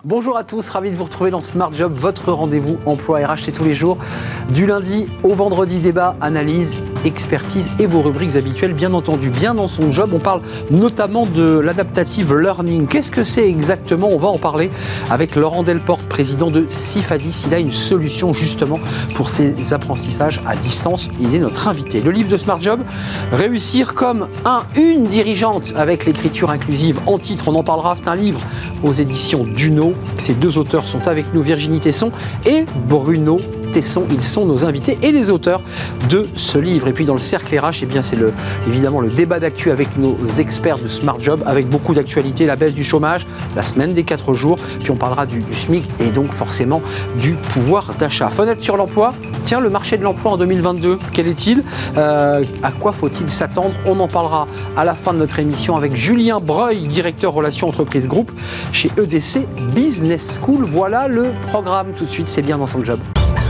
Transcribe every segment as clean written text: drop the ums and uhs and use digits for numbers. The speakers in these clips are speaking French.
Bonjour à tous, ravi de vous retrouver dans Smart Job, votre rendez-vous emploi RH, c'est tous les jours, du lundi au vendredi, débat, analyse, expertise et vos rubriques habituelles, bien entendu. Bien dans son job, on parle notamment de l'adaptative learning. Qu'est-ce que c'est exactement? On va en parler avec Laurent Delporte, président de Cifadis. Il a une solution justement pour ces apprentissages à distance. Il est notre invité. Le livre de Smart Job, Réussir comme une dirigeante avec l'écriture inclusive. En titre, on en parlera, c'est un livre aux éditions Duno. Ces deux auteurs sont avec nous, Virginie Tesson et Bruno Tesson. Ils sont nos invités et les auteurs de ce livre. Et puis dans le cercle RH, eh bien c'est évidemment le débat d'actu avec nos experts de Smart Job, avec beaucoup d'actualités, la baisse du chômage, la semaine des 4 jours, puis on parlera du SMIC et donc forcément du pouvoir d'achat. Fenêtre sur l'emploi, tiens, le marché de l'emploi en 2022, quel est-il? À quoi faut-il s'attendre? On en parlera à la fin de notre émission avec Julien Breuil, directeur relations entreprises groupe chez EDC Business School. Voilà le programme tout de suite, c'est bien dans son job.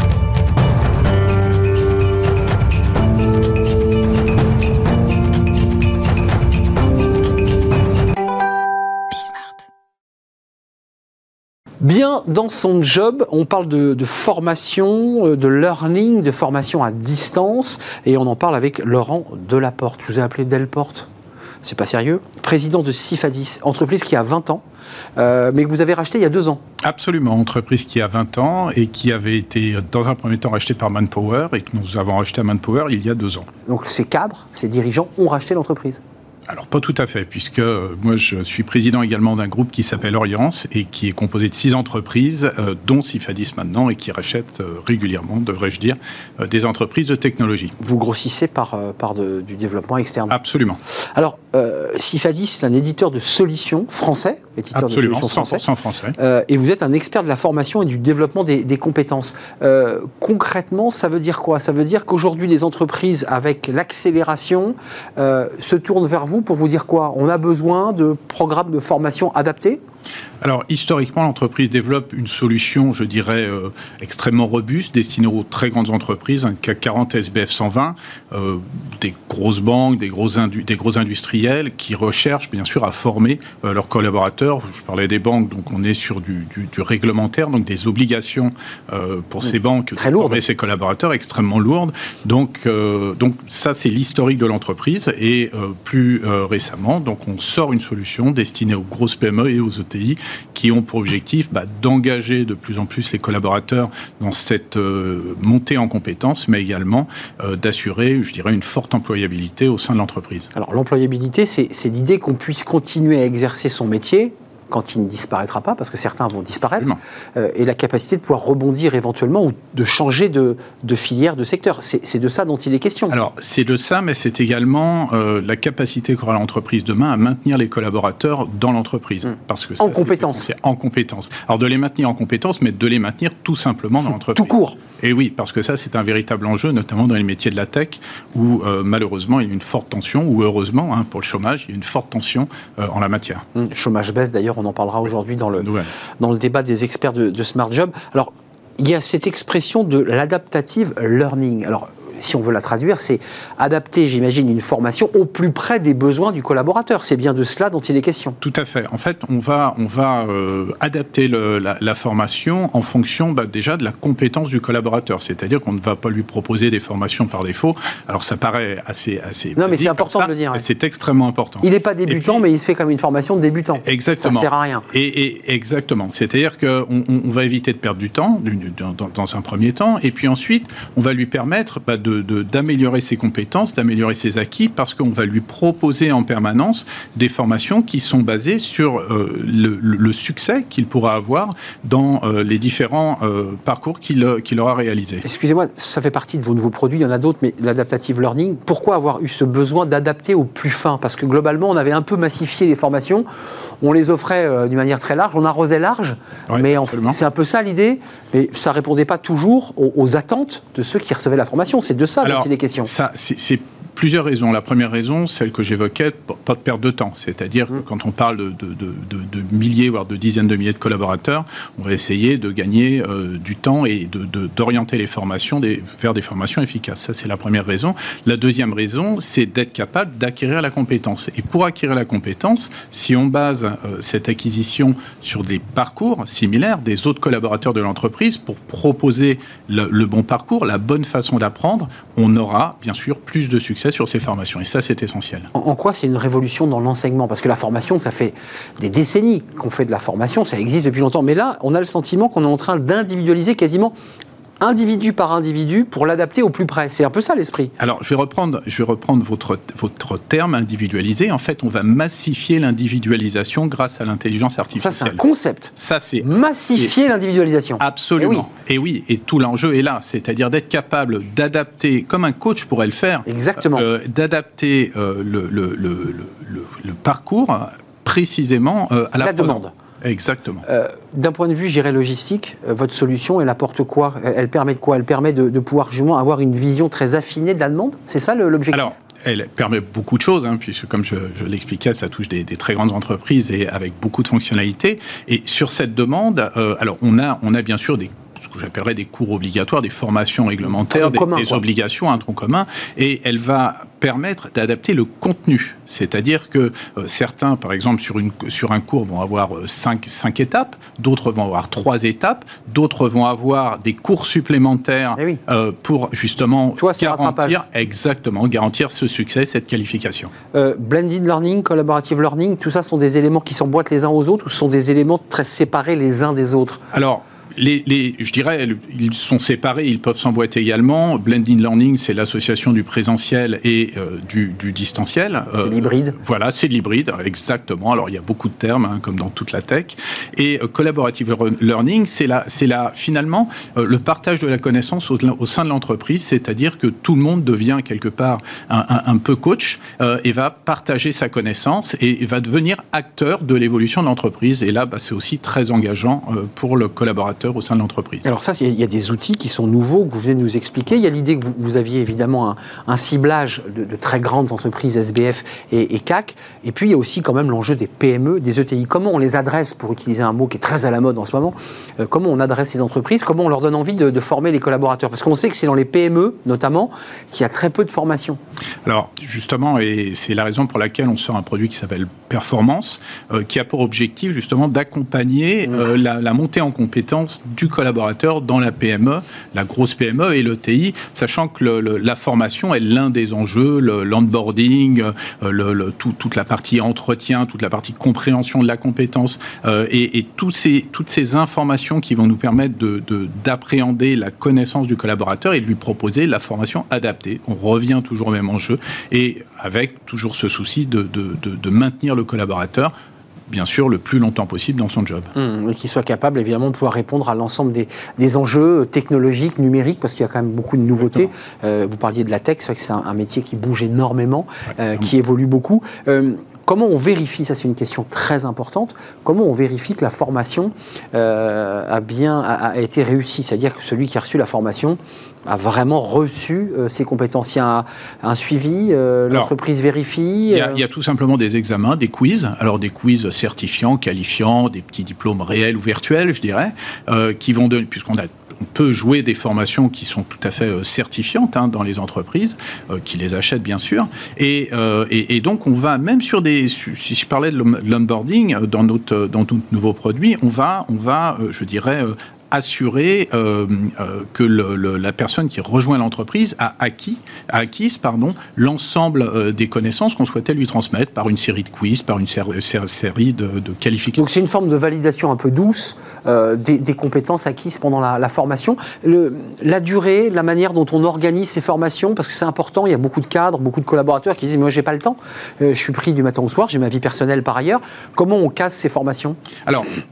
Bien dans son job, on parle de formation, de learning, de formation à distance, et on en parle avec Laurent Delporte. Je vous ai appelé Delporte, c'est pas sérieux. Président de Cifadis, entreprise qui a 20 ans, mais que vous avez racheté il y a 2 ans. Absolument, entreprise qui a 20 ans et qui avait été dans un premier temps rachetée par Manpower et que nous avons racheté à Manpower il y a 2 ans. Donc ces cadres, ces dirigeants ont racheté l'entreprise? Alors, pas tout à fait, puisque moi, je suis président également d'un groupe qui s'appelle Oriance et qui est composé de 6 entreprises, dont Cifadis maintenant, et qui rachète régulièrement, devrais-je dire, des entreprises de technologie. Vous grossissez par du développement externe? Absolument. Alors, Cifadis, c'est un éditeur de solutions français. Absolument, 100% français. Et vous êtes un expert de la formation et du développement des compétences. Concrètement, ça veut dire quoi? Ça veut dire qu'aujourd'hui, les entreprises, avec l'accélération, se tournent vers vous pour vous dire quoi? On a besoin de programmes de formation adaptés? Alors, historiquement, l'entreprise développe une solution, je dirais, extrêmement robuste, destinée aux très grandes entreprises, un CAC 40 SBF 120, des grosses banques, des gros industriels qui recherchent, bien sûr, à former leurs collaborateurs. Je parlais des banques, donc on est sur du réglementaire, donc des obligations pour ces banques de former ses collaborateurs, extrêmement lourdes. Donc ça, c'est l'historique de l'entreprise. Et plus récemment, donc on sort une solution destinée aux grosses PME et aux ETI qui ont pour objectif d'engager de plus en plus les collaborateurs dans cette montée en compétences, mais également d'assurer, je dirais, une forte employabilité au sein de l'entreprise. Alors l'employabilité, c'est l'idée qu'on puisse continuer à exercer son métier quand il ne disparaîtra pas, parce que certains vont disparaître, et la capacité de pouvoir rebondir éventuellement ou de changer de filière, de secteur. C'est de ça dont il est question. Alors, c'est de ça, mais c'est également la capacité qu'aura l'entreprise demain à maintenir les collaborateurs dans l'entreprise. Parce que ça, en compétences. En compétences. Alors, de les maintenir en compétences, mais de les maintenir tout simplement dans l'entreprise. Tout court. Et oui, parce que ça, c'est un véritable enjeu, notamment dans les métiers de la tech, où malheureusement, il y a une forte tension, ou heureusement, pour le chômage, il y a une forte tension en la matière. Le chômage baisse, d'ailleurs, on en parlera aujourd'hui dans le débat des experts de Smart Job. Alors, il y a cette expression de l'adaptative learning. Alors, si on veut la traduire, c'est adapter, j'imagine, une formation au plus près des besoins du collaborateur. C'est bien de cela dont il est question. Tout à fait. En fait, on va adapter la formation en fonction déjà de la compétence du collaborateur. C'est-à-dire qu'on ne va pas lui proposer des formations par défaut. Alors, ça paraît assez non, mais c'est important de le dire. C'est extrêmement important. Il n'est pas débutant, mais il se fait comme une formation de débutant. Exactement. Ça ne sert à rien. Et exactement. C'est-à-dire qu'on va éviter de perdre du temps, dans un premier temps, et puis ensuite, on va lui permettre d'améliorer ses compétences, d'améliorer ses acquis, parce qu'on va lui proposer en permanence des formations qui sont basées sur le succès qu'il pourra avoir dans les différents parcours qu'il aura réalisés. Excusez-moi, ça fait partie de vos nouveaux produits, il y en a d'autres, mais l'adaptative learning, pourquoi avoir eu ce besoin d'adapter au plus fin? Parce que globalement, on avait un peu massifié les formations, on les offrait d'une manière très large, on arrosait large, mais c'est un peu ça l'idée, mais ça ne répondait pas toujours aux attentes de ceux qui recevaient la formation. C'est de ça dont il est question. Ça, c'est Plusieurs raisons. La première raison, celle que j'évoquais, pas de perte de temps. C'est-à-dire que quand on parle de milliers, voire de dizaines de milliers de collaborateurs, on va essayer de gagner du temps et d'orienter les formations vers des formations efficaces. Ça, c'est la première raison. La deuxième raison, c'est d'être capable d'acquérir la compétence. Et pour acquérir la compétence, si on base cette acquisition sur des parcours similaires des autres collaborateurs de l'entreprise pour proposer le bon parcours, la bonne façon d'apprendre, on aura bien sûr plus de succès sur ces formations. Et ça, c'est essentiel. En quoi c'est une révolution dans l'enseignement? Parce que la formation, ça fait des décennies qu'on fait de la formation, ça existe depuis longtemps. Mais là, on a le sentiment qu'on est en train d'individualiser quasiment individu par individu pour l'adapter au plus près. C'est un peu ça l'esprit. Alors, je vais reprendre votre terme individualisé. En fait, on va massifier l'individualisation grâce à l'intelligence artificielle. Ça, c'est un concept. Ça, c'est massifier l'individualisation. Absolument. Et oui, et tout l'enjeu est là. C'est-à-dire d'être capable d'adapter, comme un coach pourrait le faire. Exactement. D'adapter le parcours précisément à la demande. Exactement. D'un point de vue, je dirais, logistique, votre solution, elle apporte quoi? Elle permet de quoi? Elle permet de pouvoir justement avoir une vision très affinée de la demande? C'est ça l'objectif? Alors, elle permet beaucoup de choses, puisque comme je l'expliquais, ça touche des très grandes entreprises et avec beaucoup de fonctionnalités. Et sur cette demande, alors on a bien sûr ce que j'appellerais des cours obligatoires, des formations réglementaires, des obligations, un tronc commun, et elle va permettre d'adapter le contenu. C'est-à-dire que certains, par exemple, sur un cours, vont avoir 5 étapes, d'autres vont avoir 3 étapes, d'autres vont avoir des cours supplémentaires pour justement garantir ce succès, cette qualification. Blended learning, collaborative learning, tout ça sont des éléments qui s'emboîtent les uns aux autres ou ce sont des éléments très séparés les uns des autres? Alors, je dirais, ils sont séparés, ils peuvent s'emboîter également. Blended Learning, c'est l'association du présentiel et du distanciel. C'est l'hybride. Voilà, c'est l'hybride, exactement. Alors, il y a beaucoup de termes, comme dans toute la tech. Et Collaborative Learning, c'est finalement le partage de la connaissance au sein de l'entreprise, c'est-à-dire que tout le monde devient quelque part un peu coach et va partager sa connaissance et va devenir acteur de l'évolution de l'entreprise. Et là, c'est aussi très engageant pour le collaborateur au sein de l'entreprise. Alors ça, il y a des outils qui sont nouveaux, que vous venez de nous expliquer. Il y a l'idée que vous aviez évidemment un ciblage de très grandes entreprises, SBF et CAC. Et puis, il y a aussi quand même l'enjeu des PME, des ETI. Comment on les adresse, pour utiliser un mot qui est très à la mode en ce moment, comment on adresse ces entreprises, comment on leur donne envie de former les collaborateurs? Parce qu'on sait que c'est dans les PME, notamment, qu'il y a très peu de formation. Alors, justement, et c'est la raison pour laquelle on sort un produit qui s'appelle Performance, qui a pour objectif, justement, d'accompagner la montée en compétences du collaborateur dans la PME, la grosse PME et l'ETI, sachant que la formation est l'un des enjeux, l'onboarding, toute la partie entretien, toute la partie compréhension de la compétence et toutes ces informations qui vont nous permettre d'appréhender la connaissance du collaborateur et de lui proposer la formation adaptée. On revient toujours au même enjeu et avec toujours ce souci de maintenir le collaborateur bien sûr, le plus longtemps possible dans son job. Et qu'il soit capable, évidemment, de pouvoir répondre à l'ensemble des enjeux technologiques, numériques, parce qu'il y a quand même beaucoup de nouveautés. Vous parliez de la tech, c'est vrai que c'est un métier qui bouge énormément, qui évolue beaucoup. Comment on vérifie, ça c'est une question très importante, comment on vérifie que la formation a été réussie? C'est-à-dire que celui qui a reçu la formation a vraiment reçu ses compétences. Il y a un suivi, l'entreprise vérifie. Il y a tout simplement des examens, des quiz. Alors des quiz certifiants, qualifiants, des petits diplômes réels ou virtuels, je dirais, qui vont donner, puisqu'on peut jouer des formations qui sont tout à fait certifiantes dans les entreprises, qui les achètent bien sûr. Et donc on va, même sur si je parlais de l'onboarding, dans notre nouveau produit, on va je dirais, assurer que la personne qui rejoint l'entreprise a acquise l'ensemble des connaissances qu'on souhaitait lui transmettre par une série de quiz, par une série de qualifications. Donc c'est une forme de validation un peu douce des compétences acquises pendant la formation. La durée, la manière dont on organise ces formations, parce que c'est important, il y a beaucoup de cadres, beaucoup de collaborateurs qui disent « moi j'ai pas le temps, je suis pris du matin au soir, j'ai ma vie personnelle par ailleurs ». Comment on casse ces formations? Alors, il y a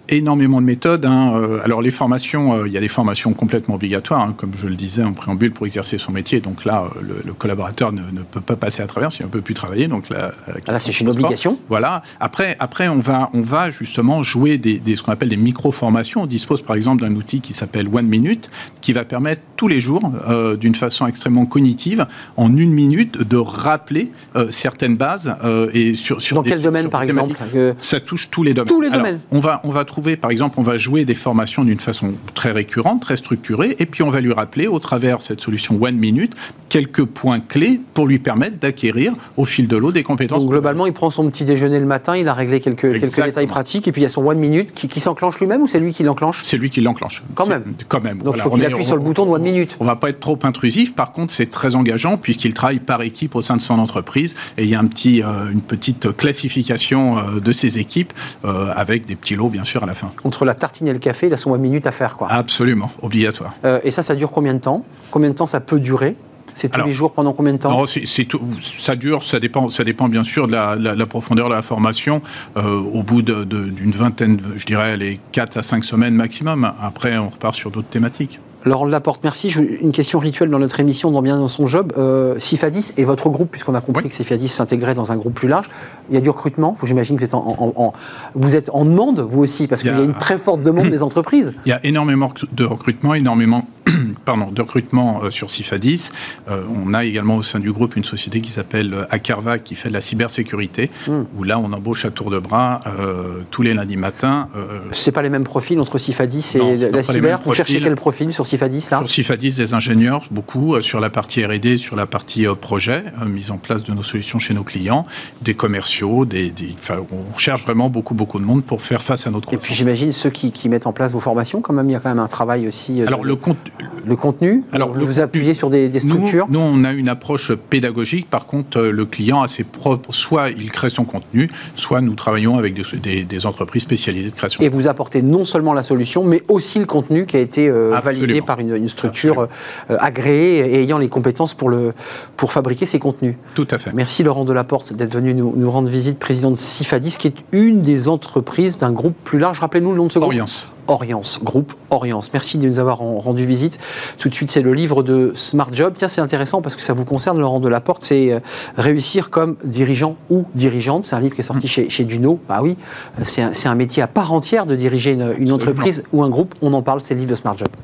énormément de méthodes. Alors les formations, il y a des formations complètement obligatoires, comme je le disais en préambule, pour exercer son métier. Donc là, le collaborateur ne peut pas passer à travers, s'il ne peut plus travailler. Donc là, c'est une obligation. Voilà. Après, on va justement jouer ce qu'on appelle des micro-formations. On dispose par exemple d'un outil qui s'appelle One Minute, qui va permettre tous les jours, d'une façon extrêmement cognitive, en 1 minute, de rappeler certaines bases. Et dans quel domaine, par exemple Ça touche tous les domaines. Tous les domaines. On va trouver, par exemple, on va jouer des formations d'une façon très récurrente, très structurée, et puis on va lui rappeler, au travers de cette solution One Minute, quelques points clés pour lui permettre d'acquérir, au fil de l'eau, des compétences. Donc globalement, il prend son petit déjeuner le matin, il a réglé quelques détails pratiques, et puis il y a son One Minute qui s'enclenche lui-même, ou c'est lui qui l'enclenche ? C'est lui qui l'enclenche. Quand même. Donc il faut qu'il appuie sur le bouton de One Minute. On ne va pas être trop intrusif, par contre c'est très engageant, puisqu'il travaille par équipe au sein de son entreprise, et il y a une petite classification de ses équipes, avec des petits lots, bien sûr, à la fin. Entre la tartine et le café, il a son One Minute à faire, quoi. Absolument, obligatoire. Et ça dure combien de temps ? Combien de temps ça peut durer ? C'est tous les jours, pendant combien de temps ? Non, ça dure, ça dépend bien sûr de la profondeur de la formation. Au bout d'une vingtaine, je dirais, les 4 à 5 semaines maximum. Après, on repart sur d'autres thématiques. Laurent Delaporte, merci. Une question rituelle dans notre émission, dans Bien dans son job. Cifadis et votre groupe, puisqu'on a compris que Cifadis s'intégrait dans un groupe plus large, il y a du recrutement. J'imagine que vous êtes en demande, vous aussi, parce qu'il y a une très forte demande des entreprises. Il y a énormément de recrutement, de recrutement sur Cifadis. On a également au sein du groupe une société qui s'appelle Akerva, qui fait de la cybersécurité, où là, on embauche à tour de bras tous les lundis matins. C'est pas les mêmes profils entre Cifadis et la cyber. Vous cherchez quel profil sur Cifadis, là ? Sur Cifadis, des ingénieurs, beaucoup, sur la partie R&D, sur la partie projet, mise en place de nos solutions chez nos clients, des commerciaux, on cherche vraiment beaucoup de monde pour faire face à notre croissance. Et puis j'imagine ceux qui mettent en place vos formations, quand même, il y a quand même un travail aussi. Alors le contenu. Alors vous appuyez sur des structures. Nous, on a une approche pédagogique. Par contre, le client a ses propres. Soit il crée son contenu, soit nous travaillons avec des entreprises spécialisées de création. Et vous apportez non seulement la solution, mais aussi le contenu qui a été validé par une structure agréée et ayant les compétences pour fabriquer ces contenus. Tout à fait. Merci Laurent Delaporte d'être venu nous rendre visite, président de Cifadis, qui est une des entreprises d'un groupe plus large. Rappelez-nous le nom de ce groupe. Oriance, groupe Oriance. Merci de nous avoir rendu visite. Tout de suite, c'est le livre de Smart Job. Tiens, c'est intéressant parce que ça vous concerne, Laurent Delaporte. C'est Réussir comme dirigeant ou dirigeante. C'est un livre qui est sorti chez Duno. Bah oui, c'est un métier à part entière de diriger une entreprise ou un groupe. On en parle, c'est le livre de Smart Job.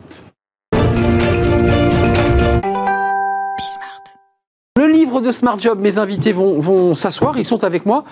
Le livre de Smart Job, mes invités vont s'asseoir, ils sont avec moi.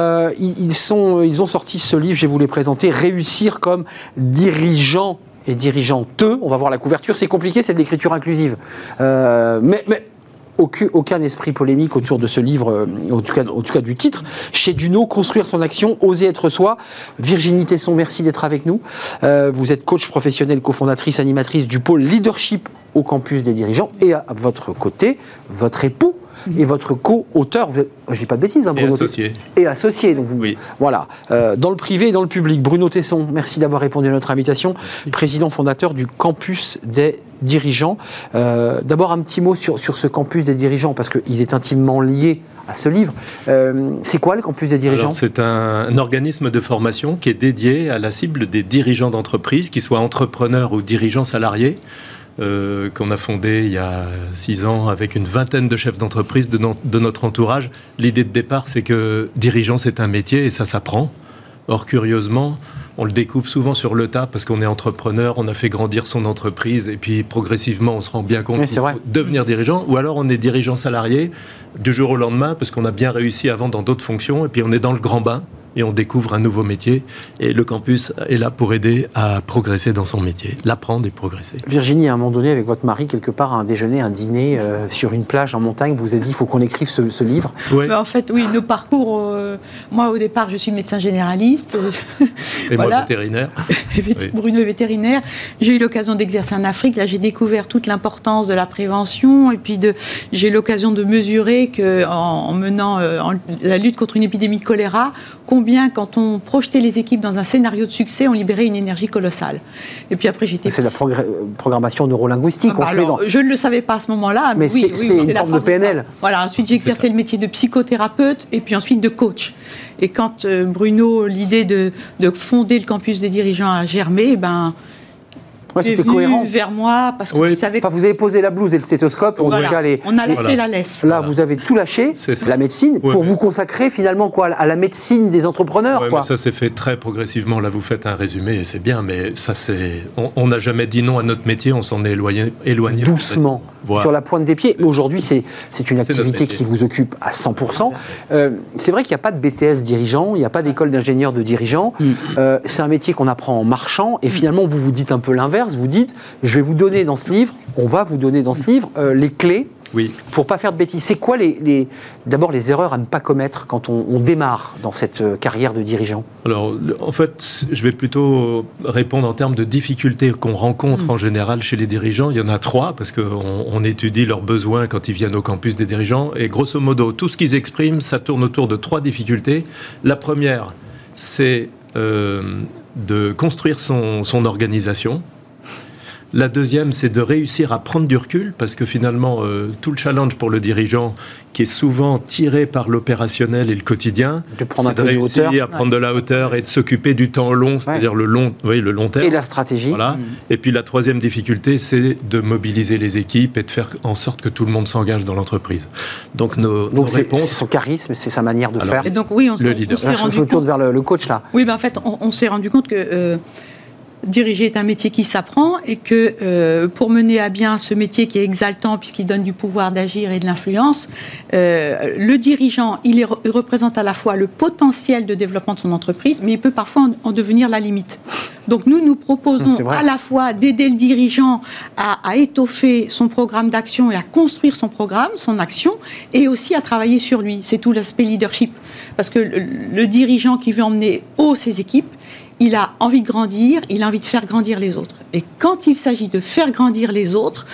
Ils ont sorti ce livre, je vais vous les présenter, Réussir comme dirigeant et dirigeante. On va voir la couverture, c'est compliqué, c'est de l'écriture inclusive. Mais aucun esprit polémique autour de ce livre, en tout cas du titre. Chez Duno, construire son action, oser être soi. Virginie Tesson, merci d'être avec nous. Vous êtes coach professionnel, cofondatrice, animatrice du pôle leadership au campus des dirigeants. Et à votre côté, votre époux et votre co-auteur, je dis pas de bêtises, Bruno. Et associé. Donc voilà, dans le privé et dans le public. Bruno Tesson, merci d'avoir répondu à notre invitation. Merci. Président fondateur du campus des dirigeants. D'abord un petit mot sur ce campus des dirigeants, parce qu'il est intimement lié à ce livre. C'est quoi le campus des dirigeants ? Alors, c'est un organisme de formation qui est dédié à la cible des dirigeants d'entreprise, qu'ils soient entrepreneurs ou dirigeants salariés. Qu'on a fondé il y a 6 ans avec une vingtaine de chefs d'entreprise de notre entourage. L'idée de départ, c'est que dirigeant, c'est un métier et ça s'apprend. Or, curieusement, on le découvre souvent sur le tas parce qu'on est entrepreneur, on a fait grandir son entreprise et puis progressivement, on se rend bien compte qu'il faut devenir dirigeant. Ou alors, on est dirigeant salarié du jour au lendemain parce qu'on a bien réussi avant dans d'autres fonctions et puis on est dans le grand bain. Et on découvre un nouveau métier. Et le campus est là pour aider à progresser dans son métier, l'apprendre et progresser. Virginie, à un moment donné, avec votre mari, quelque part, à un déjeuner, un dîner, sur une plage en montagne, vous vous êtes dit, il faut qu'on écrive ce livre. Ouais. En fait, oui, nos parcours... moi, au départ, je suis médecin généraliste. Et moi, vétérinaire. Bruno est vétérinaire. J'ai eu l'occasion d'exercer en Afrique. Là, j'ai découvert toute l'importance de la prévention. Et puis, j'ai eu l'occasion de mesurer qu'en menant la lutte contre une épidémie de choléra, combien, quand on projetait les équipes dans un scénario de succès, on libérait une énergie colossale. Et puis après, j'étais... C'est la programmation neurolinguistique. Je ne le savais pas à ce moment-là. Mais c'est une forme de PNL. Voilà, ensuite j'ai exercé le métier de psychothérapeute et puis ensuite de coach. Et quand Bruno, l'idée de fonder le campus des dirigeants a germé, c'était cohérent vers moi parce que vous savez. Vous avez posé la blouse et le stéthoscope. On a laissé la laisse. Là, vous avez tout lâché, la médecine, pour vous consacrer finalement à la médecine des entrepreneurs. Mais ça s'est fait très progressivement. Là, vous faites un résumé et c'est bien, mais ça on n'a jamais dit non à notre métier, on s'en est éloigné doucement, sur la pointe des pieds. Aujourd'hui, c'est une activité qui vous occupe à 100%. C'est vrai qu'il n'y a pas de BTS dirigeant, il n'y a pas d'école d'ingénieurs de dirigeants. C'est un métier qu'on apprend en marchant et finalement, vous vous dites un peu l'inverse. Vous dites, je vais vous donner dans ce livre, on va vous donner dans ce livre les clés pour ne pas faire de bêtises. C'est quoi d'abord les erreurs à ne pas commettre quand on démarre dans cette carrière de dirigeant ? Alors, en fait, je vais plutôt répondre en termes de difficultés qu'on rencontre en général chez les dirigeants. Il y en a 3, parce qu'on étudie leurs besoins quand ils viennent au campus des dirigeants. Et grosso modo, tout ce qu'ils expriment, ça tourne autour de 3 difficultés. La première, c'est de construire son organisation. La deuxième, c'est de réussir à prendre du recul, parce que finalement, tout le challenge pour le dirigeant, qui est souvent tiré par l'opérationnel et le quotidien, c'est de réussir à prendre de la hauteur et de s'occuper du temps long, c'est-à-dire le long terme. Et la stratégie. Voilà. Et puis la troisième difficulté, c'est de mobiliser les équipes et de faire en sorte que tout le monde s'engage dans l'entreprise. Donc nos réponses... C'est son charisme, c'est sa manière de faire. Et donc oui, on s'est rendu compte... vers le coach là. Oui, en fait, on s'est rendu compte que... diriger est un métier qui s'apprend et que pour mener à bien ce métier qui est exaltant puisqu'il donne du pouvoir d'agir et de l'influence, le dirigeant, il représente à la fois le potentiel de développement de son entreprise, mais il peut parfois en devenir la limite. Donc nous proposons à la fois d'aider le dirigeant à étoffer son programme d'action et à construire son programme, son action, et aussi à travailler sur lui. C'est tout l'aspect leadership. Parce que le dirigeant qui veut emmener haut ses équipes, il a envie de grandir, il a envie de faire grandir les autres. Et quand il s'agit de faire grandir les autres,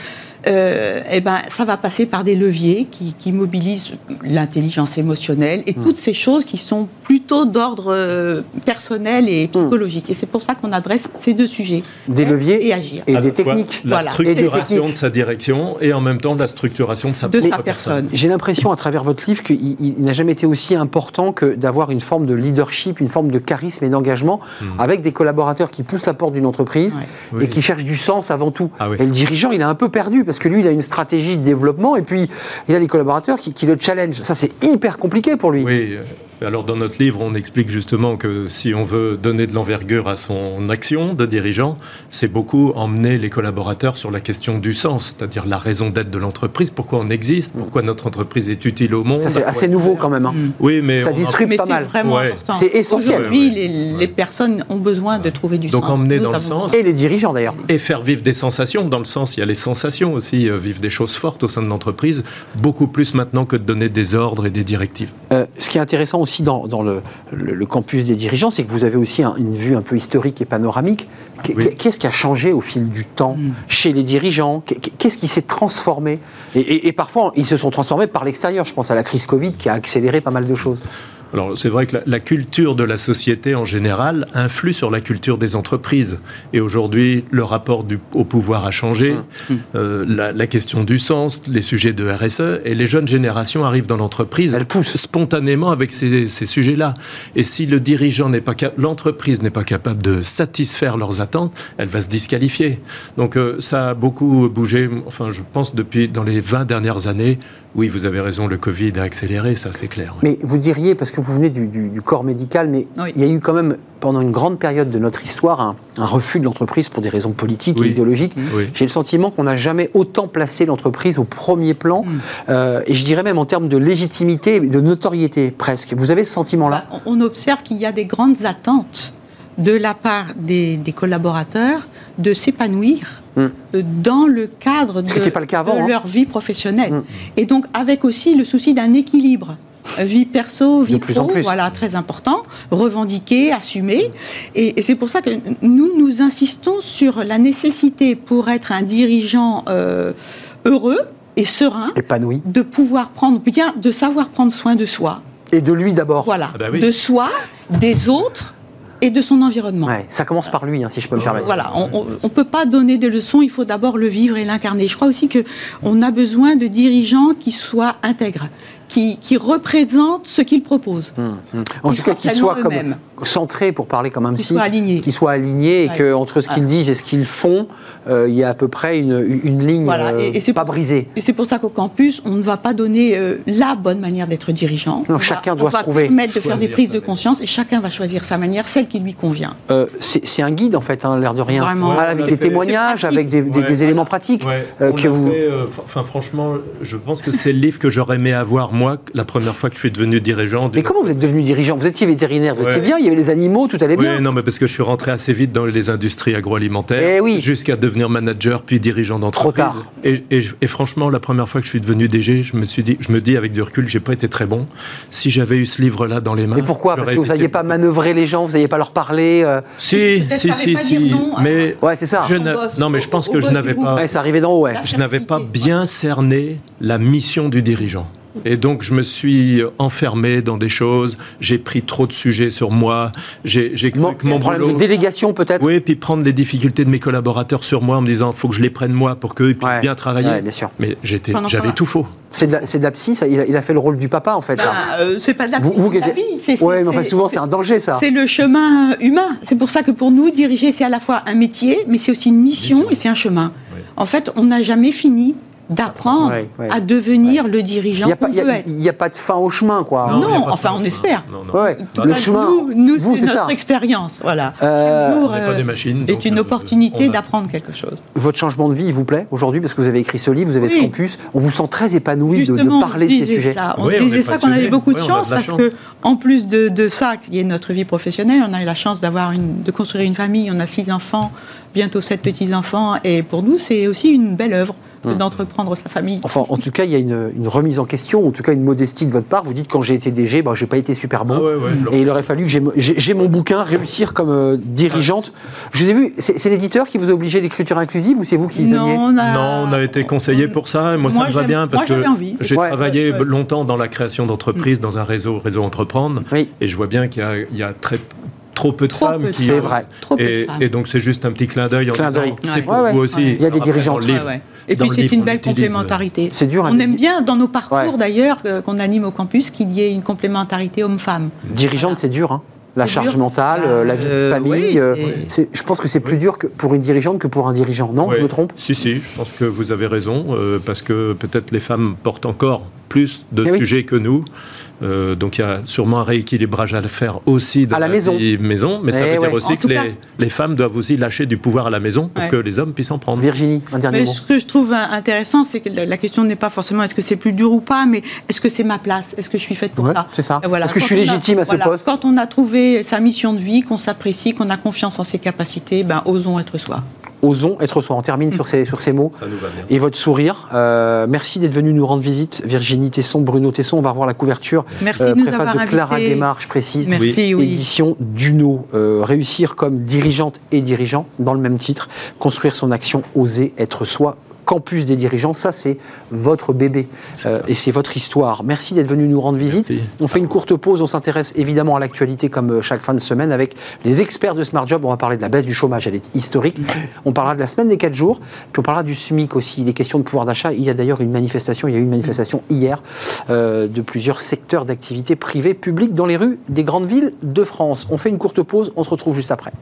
ça va passer par des leviers qui mobilisent l'intelligence émotionnelle et toutes ces choses qui sont plutôt d'ordre personnel et psychologique. Et c'est pour ça qu'on adresse ces 2 sujets. Des leviers et agir. Et des techniques. La structuration de sa direction et en même temps la structuration de sa personne. J'ai l'impression à travers votre livre qu'il n'a jamais été aussi important que d'avoir une forme de leadership, une forme de charisme et d'engagement avec des collaborateurs qui poussent la porte d'une entreprise et qui cherchent du sens avant tout. Et le dirigeant, il est un peu perdu parce que lui, il a une stratégie de développement et puis il a des collaborateurs qui le challenge. Ça, c'est hyper compliqué pour lui. Oui. Alors, dans notre livre, on explique justement que si on veut donner de l'envergure à son action de dirigeant, c'est beaucoup emmener les collaborateurs sur la question du sens, c'est-à-dire la raison d'être de l'entreprise, pourquoi on existe, pourquoi notre entreprise est utile au monde. Ça, c'est assez nouveau quand même. Oui, mais ça disrupte pas mal. C'est vraiment important. C'est essentiel. Aujourd'hui, les personnes ont besoin de trouver du sens. Donc, emmener dans le sens. Et les dirigeants d'ailleurs. Et faire vivre des sensations. Dans le sens, il y a les sensations aussi, vivre des choses fortes au sein de l'entreprise, beaucoup plus maintenant que de donner des ordres et des directives. Ce qui est intéressant aussi dans le campus des dirigeants, c'est que vous avez aussi une vue un peu historique et panoramique. Qu'est-ce qui a changé au fil du temps chez les dirigeants ? Qu'est-ce qui s'est transformé ? Et parfois, ils se sont transformés par l'extérieur. Je pense à la crise Covid qui a accéléré pas mal de choses. Alors, c'est vrai que la culture de la société en général influe sur la culture des entreprises. Et aujourd'hui, le rapport au pouvoir a changé, la question du sens, les sujets de RSE, et les jeunes générations arrivent dans l'entreprise spontanément avec ces sujets-là. Et si le dirigeant l'entreprise n'est pas capable de satisfaire leurs attentes, elle va se disqualifier. Donc, ça a beaucoup bougé, enfin, je pense, dans les 20 dernières années. Oui, vous avez raison, le Covid a accéléré, ça c'est clair. Mais vous diriez, parce que vous venez du corps médical, mais il y a eu quand même, pendant une grande période de notre histoire, un refus de l'entreprise pour des raisons politiques et idéologiques. J'ai le sentiment qu'on n'a jamais autant placé l'entreprise au premier plan, et je dirais même en termes de légitimité, de notoriété presque. Vous avez ce sentiment-là ? On observe qu'il y a des grandes attentes de la part des collaborateurs de s'épanouir dans le cadre de leur vie professionnelle. Et donc avec aussi le souci d'un équilibre. Vie perso, vie pro, voilà, très important, revendiquer, assumer. Et c'est pour ça que nous insistons sur la nécessité pour être un dirigeant heureux et serein, épanoui, de savoir prendre soin de soi. Et de lui d'abord. Voilà, de soi, des autres et de son environnement. Ça commence par lui, si je peux me permettre. Voilà, on ne peut pas donner des leçons, il faut d'abord le vivre et l'incarner. Je crois aussi qu'on a besoin de dirigeants qui soient intègres, qui représentent ce qu'ils proposent. En tout cas, qu'ils soient comme centrés, pour parler comme un psy, qu'ils soient alignés et qu'entre ce qu'ils disent et ce qu'ils font, il y a à peu près une ligne pas brisée. Et c'est pour ça qu'au campus, on ne va pas donner la bonne manière d'être dirigeant. Non, chacun doit se trouver. On va permettre de faire des prises de conscience et chacun va choisir sa manière, celle qui lui convient. C'est un guide, en fait, l'air de rien. Vraiment. Avec des témoignages, avec des éléments pratiques. Franchement, je pense que c'est le livre que j'aurais aimé avoir, moi, la première fois que je suis devenu dirigeant. Mais comment vous êtes devenu dirigeant? Vous étiez vétérinaire, vous étiez bien, il y avait les animaux, tout allait bien. Oui, non, mais parce que je suis rentré assez vite dans les industries agroalimentaires, jusqu'à devenir manager, puis dirigeant d'entreprise. Trop tard. Et franchement, la première fois que je suis devenu DG, je me dis avec du recul, j'ai pas été très bon. Si j'avais eu ce livre-là dans les mains... Mais pourquoi? Parce que vous n'aviez pas manœuvré les gens, vous n'aviez pas leur parlé Si. Mais ouais, c'est ça. Non, mais je pense que je n'avais pas... Ouais, ça arrivait d'en haut, Je n'avais pas bien cerné la mission du dirigeant. Et donc, je me suis enfermé dans des choses, j'ai pris trop de sujets sur moi, j'ai cru que mon problème boulot... de délégation, peut-être? Oui, puis prendre les difficultés de mes collaborateurs sur moi en me disant, il faut que je les prenne moi pour qu'eux puissent bien travailler. Ouais, bien sûr. Mais j'avais tout faux. C'est de la psy, ça, il a fait le rôle du papa, en fait. C'est pas de la psy, c'est de la vie. Oui, mais enfin, souvent, c'est un danger, ça. C'est le chemin humain. C'est pour ça que pour nous, diriger, c'est à la fois un métier, mais c'est aussi une mission et c'est un chemin. Oui. En fait, on n'a jamais fini d'apprendre à devenir le dirigeant qu'on veut être. Il n'y a pas de fin au chemin, quoi. Non, enfin, on espère. Le chemin, nous c'est notre expérience. Voilà. On n'est pas des machines. C'est une opportunité d'apprendre quelque chose. Votre changement de vie, il vous plaît aujourd'hui? Parce que vous avez écrit ce livre, vous avez ce campus. On vous sent très épanoui de parler de ces sujets. On se disait ça, qu'on avait beaucoup de chance, parce qu'en plus de ça, qui est notre vie professionnelle, on a eu la chance de construire une famille. On a 6 enfants, bientôt 7 petits-enfants. Et pour nous, c'est aussi une belle œuvre d'entreprendre sa famille. Enfin, en tout cas, il y a une remise en question, en tout cas une modestie de votre part. Vous dites, quand j'ai été DG, j'ai pas été super bon. Et il aurait fallu que j'ai mon bouquin, Réussir comme dirigeante. Je vous ai vu, c'est l'éditeur qui vous a obligé l'écriture inclusive ou c'est vous qui les aimiez? Non, on a été conseillé pour ça. Et moi, ça me va bien parce que j'ai travaillé longtemps dans la création d'entreprises, dans un réseau Entreprendre. Et je vois bien qu'il y a trop peu de femmes qui... C'est vrai. Et donc, c'est juste un petit clin d'œil en disant, c'est pour vous aussi. Il y a des dirigeants. Et puis, c'est une belle complémentarité. C'est dur. On aime bien, dans nos parcours d'ailleurs, qu'on anime au campus, qu'il y ait une complémentarité homme-femme. Dirigeante, c'est dur, hein. La charge mentale, la vie de famille. Je pense que c'est plus dur pour une dirigeante que pour un dirigeant. Non, je me trompe? Si, je pense que vous avez raison, parce que peut-être les femmes portent encore plus de sujets que nous. Donc il y a sûrement un rééquilibrage à faire aussi dans la maison. Mais ça veut dire aussi que les femmes doivent aussi lâcher du pouvoir à la maison pour que les hommes puissent en prendre. Virginie, un dernier mot. Ce que je trouve intéressant, c'est que la question n'est pas forcément est-ce que c'est plus dur ou pas, mais est-ce que c'est ma place? Est-ce que je suis faite pour ça? C'est ça. Est-ce que je suis légitime à ce poste? Quand on a trouvé sa mission de vie, qu'on s'apprécie, qu'on a confiance en ses capacités, osons être soi. Osons être soi. On termine sur ces mots. Ça nous va bien. Et votre sourire. Merci d'être venu nous rendre visite. Virginie Tesson, Bruno Tesson. On va revoir la couverture. Merci de nous préface avoir de Clara invités. Guémard, je précise. Merci, Édition Duno. Réussir comme dirigeante et dirigeant, dans le même titre. Construire son action, oser être soi. Campus des dirigeants, ça c'est votre bébé et c'est votre histoire. Merci d'être venu nous rendre visite. On fait une courte pause, on s'intéresse évidemment à l'actualité comme chaque fin de semaine avec les experts de Smart Job. On va parler de la baisse du chômage, elle est historique. On parlera de la semaine des 4 jours, puis on parlera du SMIC aussi, des questions de pouvoir d'achat. Il y a d'ailleurs il y a eu une manifestation hier de plusieurs secteurs d'activité privées, publiques dans les rues des grandes villes de France. On fait une courte pause, on se retrouve juste après.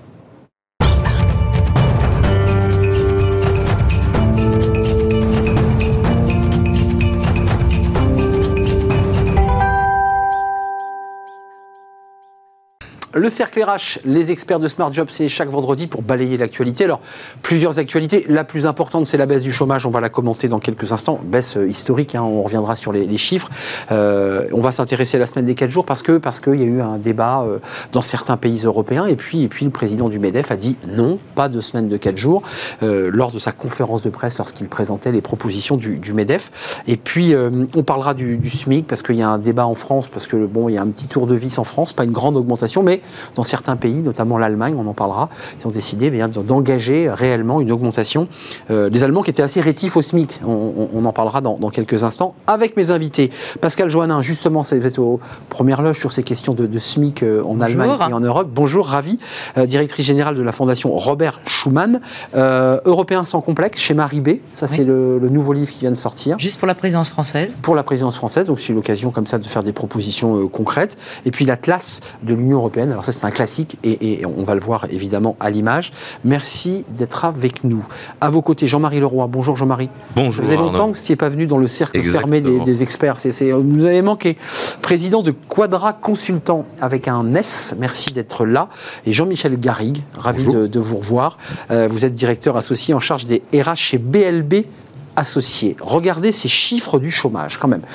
Le cercle RH, les experts de Smart Job, c'est chaque vendredi pour balayer l'actualité. Alors, plusieurs actualités. La plus importante, c'est la baisse du chômage. On va la commenter dans quelques instants. Baisse historique, hein, on reviendra sur les chiffres. On va s'intéresser à la semaine des 4 jours parce qu'il y a eu un débat dans certains pays européens. Et puis le président du MEDEF a dit non, pas de semaine de 4 jours, lors de sa conférence de presse, lorsqu'il présentait les propositions du MEDEF. Et puis, on parlera du SMIC parce qu'il y a un débat en France, parce que il y a un petit tour de vis en France, pas une grande augmentation, mais mais dans certains pays, notamment l'Allemagne, on en parlera, ils ont décidé d'engager réellement une augmentation. Les Allemands qui étaient assez rétifs au SMIC, on en parlera dans quelques instants, avec mes invités. Pascal Joannin, justement, vous êtes aux premières loges sur ces questions de SMIC en Allemagne et en Europe. Bonjour, ravi. Directrice générale de la Fondation Robert Schuman. Européen sans complexe, chez Marie B. Ça, c'est le nouveau livre qui vient de sortir. Juste pour la présidence française. Pour la présidence française, donc c'est l'occasion comme ça de faire des propositions concrètes. Et puis l'Atlas de l'Union européenne. Alors ça, c'est un classique et on va le voir évidemment à l'image. Merci d'être avec nous. À vos côtés, Jean-Marie Leroy. Bonjour Jean-Marie. Bonjour. Ça faisait longtemps que vous n'étiez pas venu dans le cercle fermé des experts. Vous nous avez manqué. Président de Quadra Consultant avec un S. Merci d'être là. Et Jean-Michel Garrigue, ravi de vous revoir. Vous êtes directeur associé en charge des RH chez BLB Associés. Regardez ces chiffres du chômage quand même.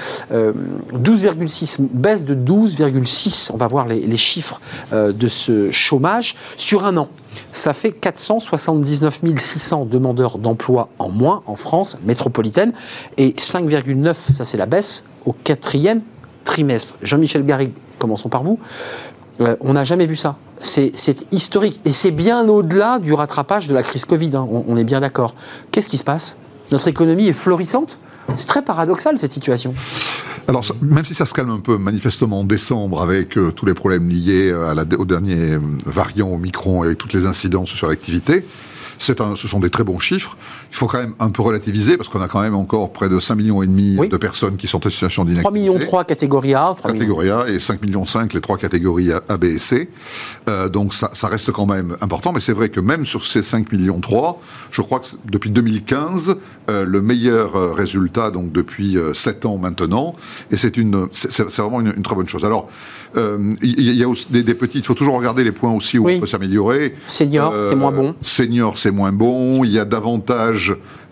12,6, baisse de 12,6. On va voir les chiffres de ce chômage sur un an. Ça fait 479 600 demandeurs d'emploi en moins en France métropolitaine et 5,9, ça c'est la baisse, au 4e trimestre. Jean-Michel Garrigue, commençons par vous. On n'a jamais vu ça. C'est historique. Et c'est bien au-delà du rattrapage de la crise Covid. Hein. On est bien d'accord. Qu'est-ce qui se passe ? Notre économie est florissante. C'est très paradoxal, cette situation. Alors, même si ça se calme un peu, manifestement, en décembre, avec tous les problèmes liés au dernier variant Omicron et avec toutes les incidences sur l'activité, ce sont des très bons chiffres. Il faut quand même un peu relativiser, parce qu'on a quand même encore près de 5,5 millions de personnes qui sont en situation d'inactivité. 3,3 millions catégorie A. Catégorie A et 5,5 millions les trois catégories A, B et C. Donc ça reste quand même important, mais c'est vrai que même sur ces 5,3 millions, je crois que depuis 2015, le meilleur résultat, donc depuis 7 ans maintenant, et c'est vraiment une très bonne chose. Alors, il y a aussi des petits, il faut toujours regarder les points aussi où on peut s'améliorer. Senior, c'est moins bon. Senior, c'est moins bon. Il y a davantage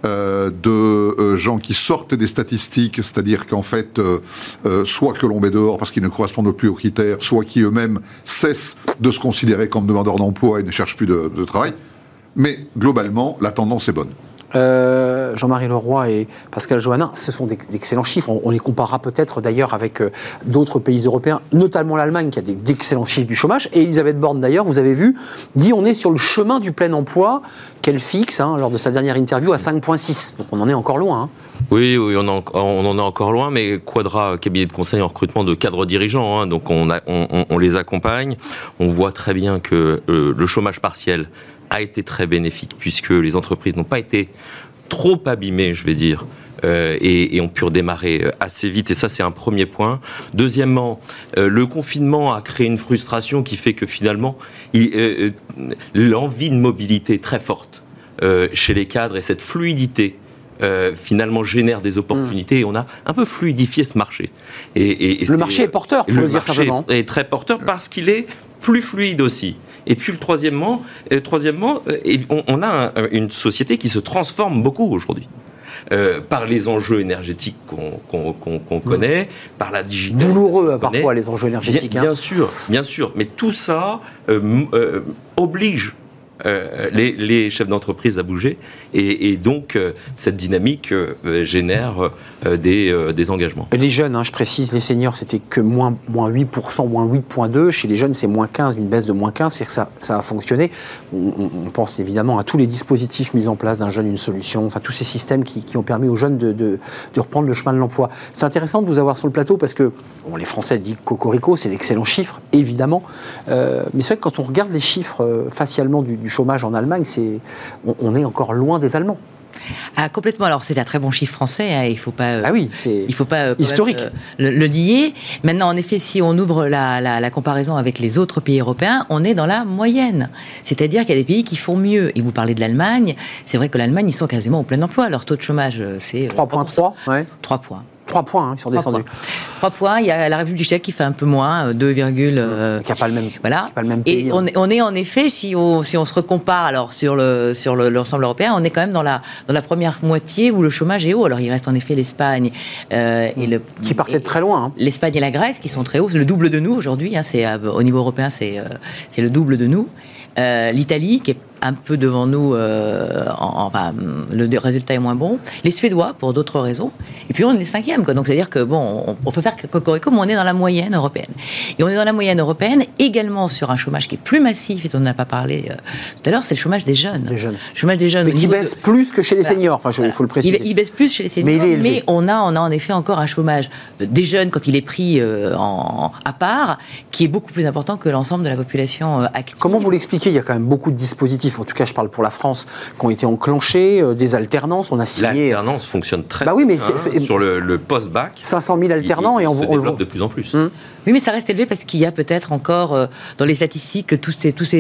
de gens qui sortent des statistiques, c'est-à-dire qu'en fait, soit que l'on met dehors parce qu'ils ne correspondent plus aux critères, soit qui eux-mêmes cessent de se considérer comme demandeurs d'emploi et ne cherchent plus de travail. Mais globalement, la tendance est bonne. Jean-Marie Leroy et Pascal Joannin, ce sont d'excellents chiffres. On les comparera peut-être d'ailleurs avec d'autres pays européens, notamment l'Allemagne qui a d'excellents chiffres du chômage. Et Elisabeth Borne d'ailleurs, vous avez vu, dit on est sur le chemin du plein emploi qu'elle fixe lors de sa dernière interview à 5,6. Donc on en est encore loin. Hein. Oui, on en est encore loin, mais Quadra, cabinet de conseil en recrutement de cadres dirigeants, donc on les accompagne. On voit très bien que le chômage partiel a été très bénéfique puisque les entreprises n'ont pas été trop abîmées, je vais dire, et ont pu redémarrer assez vite. Et ça, c'est un premier point. Deuxièmement, le confinement a créé une frustration qui fait que finalement, l'envie de mobilité est très forte chez les cadres et cette fluidité finalement génère des opportunités et on a un peu fluidifié ce marché. Et le marché est porteur, pour le dire simplement. Le marché est très porteur parce qu'il est plus fluide aussi. Et puis troisièmement, on a une société qui se transforme beaucoup aujourd'hui. Par les enjeux énergétiques qu'on connaît, par la digitalisation. Douloureux parfois les enjeux énergétiques. Bien sûr. Mais tout ça oblige les chefs d'entreprise à bouger et donc cette dynamique génère des engagements. Les jeunes, je précise, les seniors c'était que moins 8%, moins 8,2%. Chez les jeunes c'est moins 15%, une baisse de moins 15%, c'est que ça a fonctionné. On pense évidemment à tous les dispositifs mis en place d'un jeune, une solution, enfin tous ces systèmes qui ont permis aux jeunes de reprendre le chemin de l'emploi. C'est intéressant de vous avoir sur le plateau parce que les Français disent cocorico, c'est d'excellents chiffres, évidemment. Mais c'est vrai que quand on regarde les chiffres facialement du chômage en Allemagne, on est encore loin des Allemands. Ah, complètement. Alors, c'est un très bon chiffre français. Il faut pas. Il faut pas historique le nier. Maintenant, en effet, si on ouvre la comparaison avec les autres pays européens, on est dans la moyenne. C'est-à-dire qu'il y a des pays qui font mieux. Et vous parlez de l'Allemagne. C'est vrai que l'Allemagne, ils sont quasiment au plein emploi. Leur taux de chômage, c'est 3,3. 3 points. 3 points, ils sont descendus. 3 points. Il y a la République tchèque qui fait un peu moins, 2, qui n'a pas le même. Voilà. Pas le même pays. Et on est en effet, si on se recompare alors sur l'ensemble européen, on est quand même dans la première moitié où le chômage est haut. Alors il reste en effet l'Espagne qui partait de très loin. L'Espagne et la Grèce qui sont très hauts, c'est le double de nous aujourd'hui. C'est au niveau européen, c'est le double de nous. L'Italie qui est un peu devant nous, le résultat est moins bon. Les Suédois, pour d'autres raisons. Et puis, on est 5e, quoi. Donc, c'est-à-dire que, bon, on peut faire cocorico, mais on est dans la moyenne européenne. Et on est dans la moyenne européenne également sur un chômage qui est plus massif, et on n'en a pas parlé tout à l'heure, c'est le chômage des jeunes. Le chômage des jeunes. Mais qui baisse plus que chez les seniors, il faut le préciser. Il baisse plus chez les seniors, mais on a en effet encore un chômage des jeunes, quand il est pris à part, qui est beaucoup plus important que l'ensemble de la population active. Comment vous l'expliquez ? Il y a quand même beaucoup de dispositifs, en tout cas je parle pour la France, qui ont été enclenchés, des alternances, on a signé... L'alternance fonctionne très bien. Oui, mais sur le post-bac. 500 000 alternants et on se développe de plus en plus. Oui, mais ça reste élevé parce qu'il y a peut-être encore dans les statistiques tous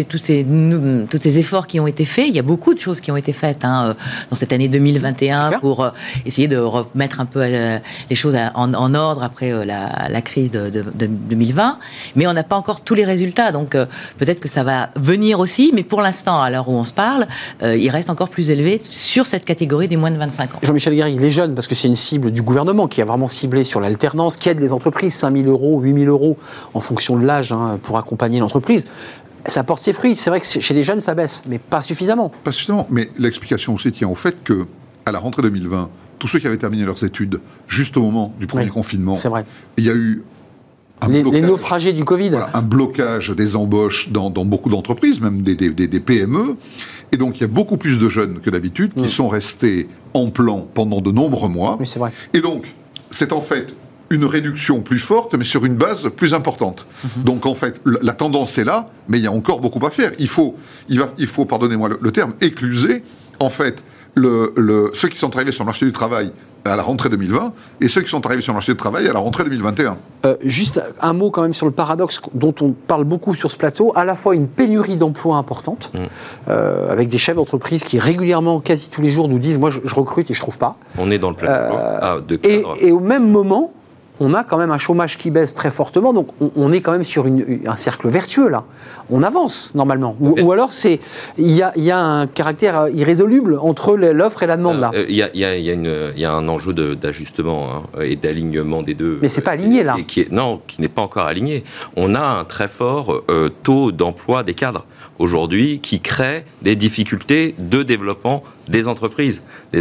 ces efforts qui ont été faits. Il y a beaucoup de choses qui ont été faites dans cette année 2021 pour essayer de remettre un peu les choses en ordre après la crise de 2020. Mais on n'a pas encore tous les résultats, donc peut-être que ça va venir aussi. Mais pour l'instant, à l'heure où on se parle, il reste encore plus élevé sur cette catégorie des moins de 25 ans. Jean-Michel Guéry, les jeunes, parce que c'est une cible du gouvernement qui a vraiment ciblé sur l'alternance, qui aide les entreprises, 5 000 €, 8 000 € en fonction de l'âge pour accompagner l'entreprise. Ça porte ses fruits. C'est vrai que chez les jeunes, ça baisse, mais pas suffisamment. Pas suffisamment, mais l'explication aussi tient au fait que, à la rentrée 2020, tous ceux qui avaient terminé leurs études juste au moment du premier confinement, c'est vrai. Il y a eu les naufragés du Covid. Voilà, un blocage des embauches dans beaucoup d'entreprises, même des PME. Et donc, il y a beaucoup plus de jeunes que d'habitude qui sont restés en plan pendant de nombreux mois. Oui, c'est vrai. Et donc, c'est en fait une réduction plus forte, mais sur une base plus importante. Donc, en fait, la tendance est là, mais il y a encore beaucoup à faire. Il faut pardonnez-moi le terme, écluser, en fait, ceux qui sont arrivés sur le marché du travail à la rentrée 2020 et ceux qui sont arrivés sur le marché du travail à la rentrée 2021. Juste un mot quand même sur le paradoxe dont on parle beaucoup sur ce plateau, à la fois une pénurie d'emplois importante, avec des chefs d'entreprise qui régulièrement, quasi tous les jours, nous disent « moi je recrute et je trouve pas ». On est dans le plein de cadre. Et au même moment, on a quand même un chômage qui baisse très fortement, donc on est quand même sur un cercle vertueux là. On avance normalement. Ou alors il y a un caractère irrésoluble entre l'offre et la demande là. Il y a un enjeu d'ajustement et d'alignement des deux. Mais c'est pas aligné là. Qui n'est pas encore aligné. On a un très fort taux d'emploi des cadres aujourd'hui qui crée des difficultés de développement des entreprises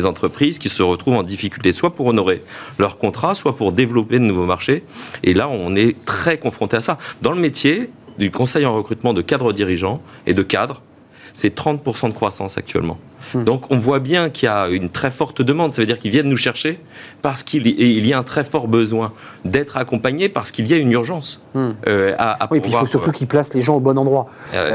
qui se retrouvent en difficulté soit pour honorer leurs contrats, soit pour développer de nouveaux marchés. Et là, on est très confronté à ça. Dans le métier du conseil en recrutement de cadres dirigeants et de cadres, c'est 30% de croissance actuellement. Donc on voit bien qu'il y a une très forte demande, ça veut dire qu'ils viennent nous chercher parce qu'il y a un très fort besoin d'être accompagnés parce qu'il y a une urgence. Oui, puis il faut surtout qu'ils placent les gens au bon endroit.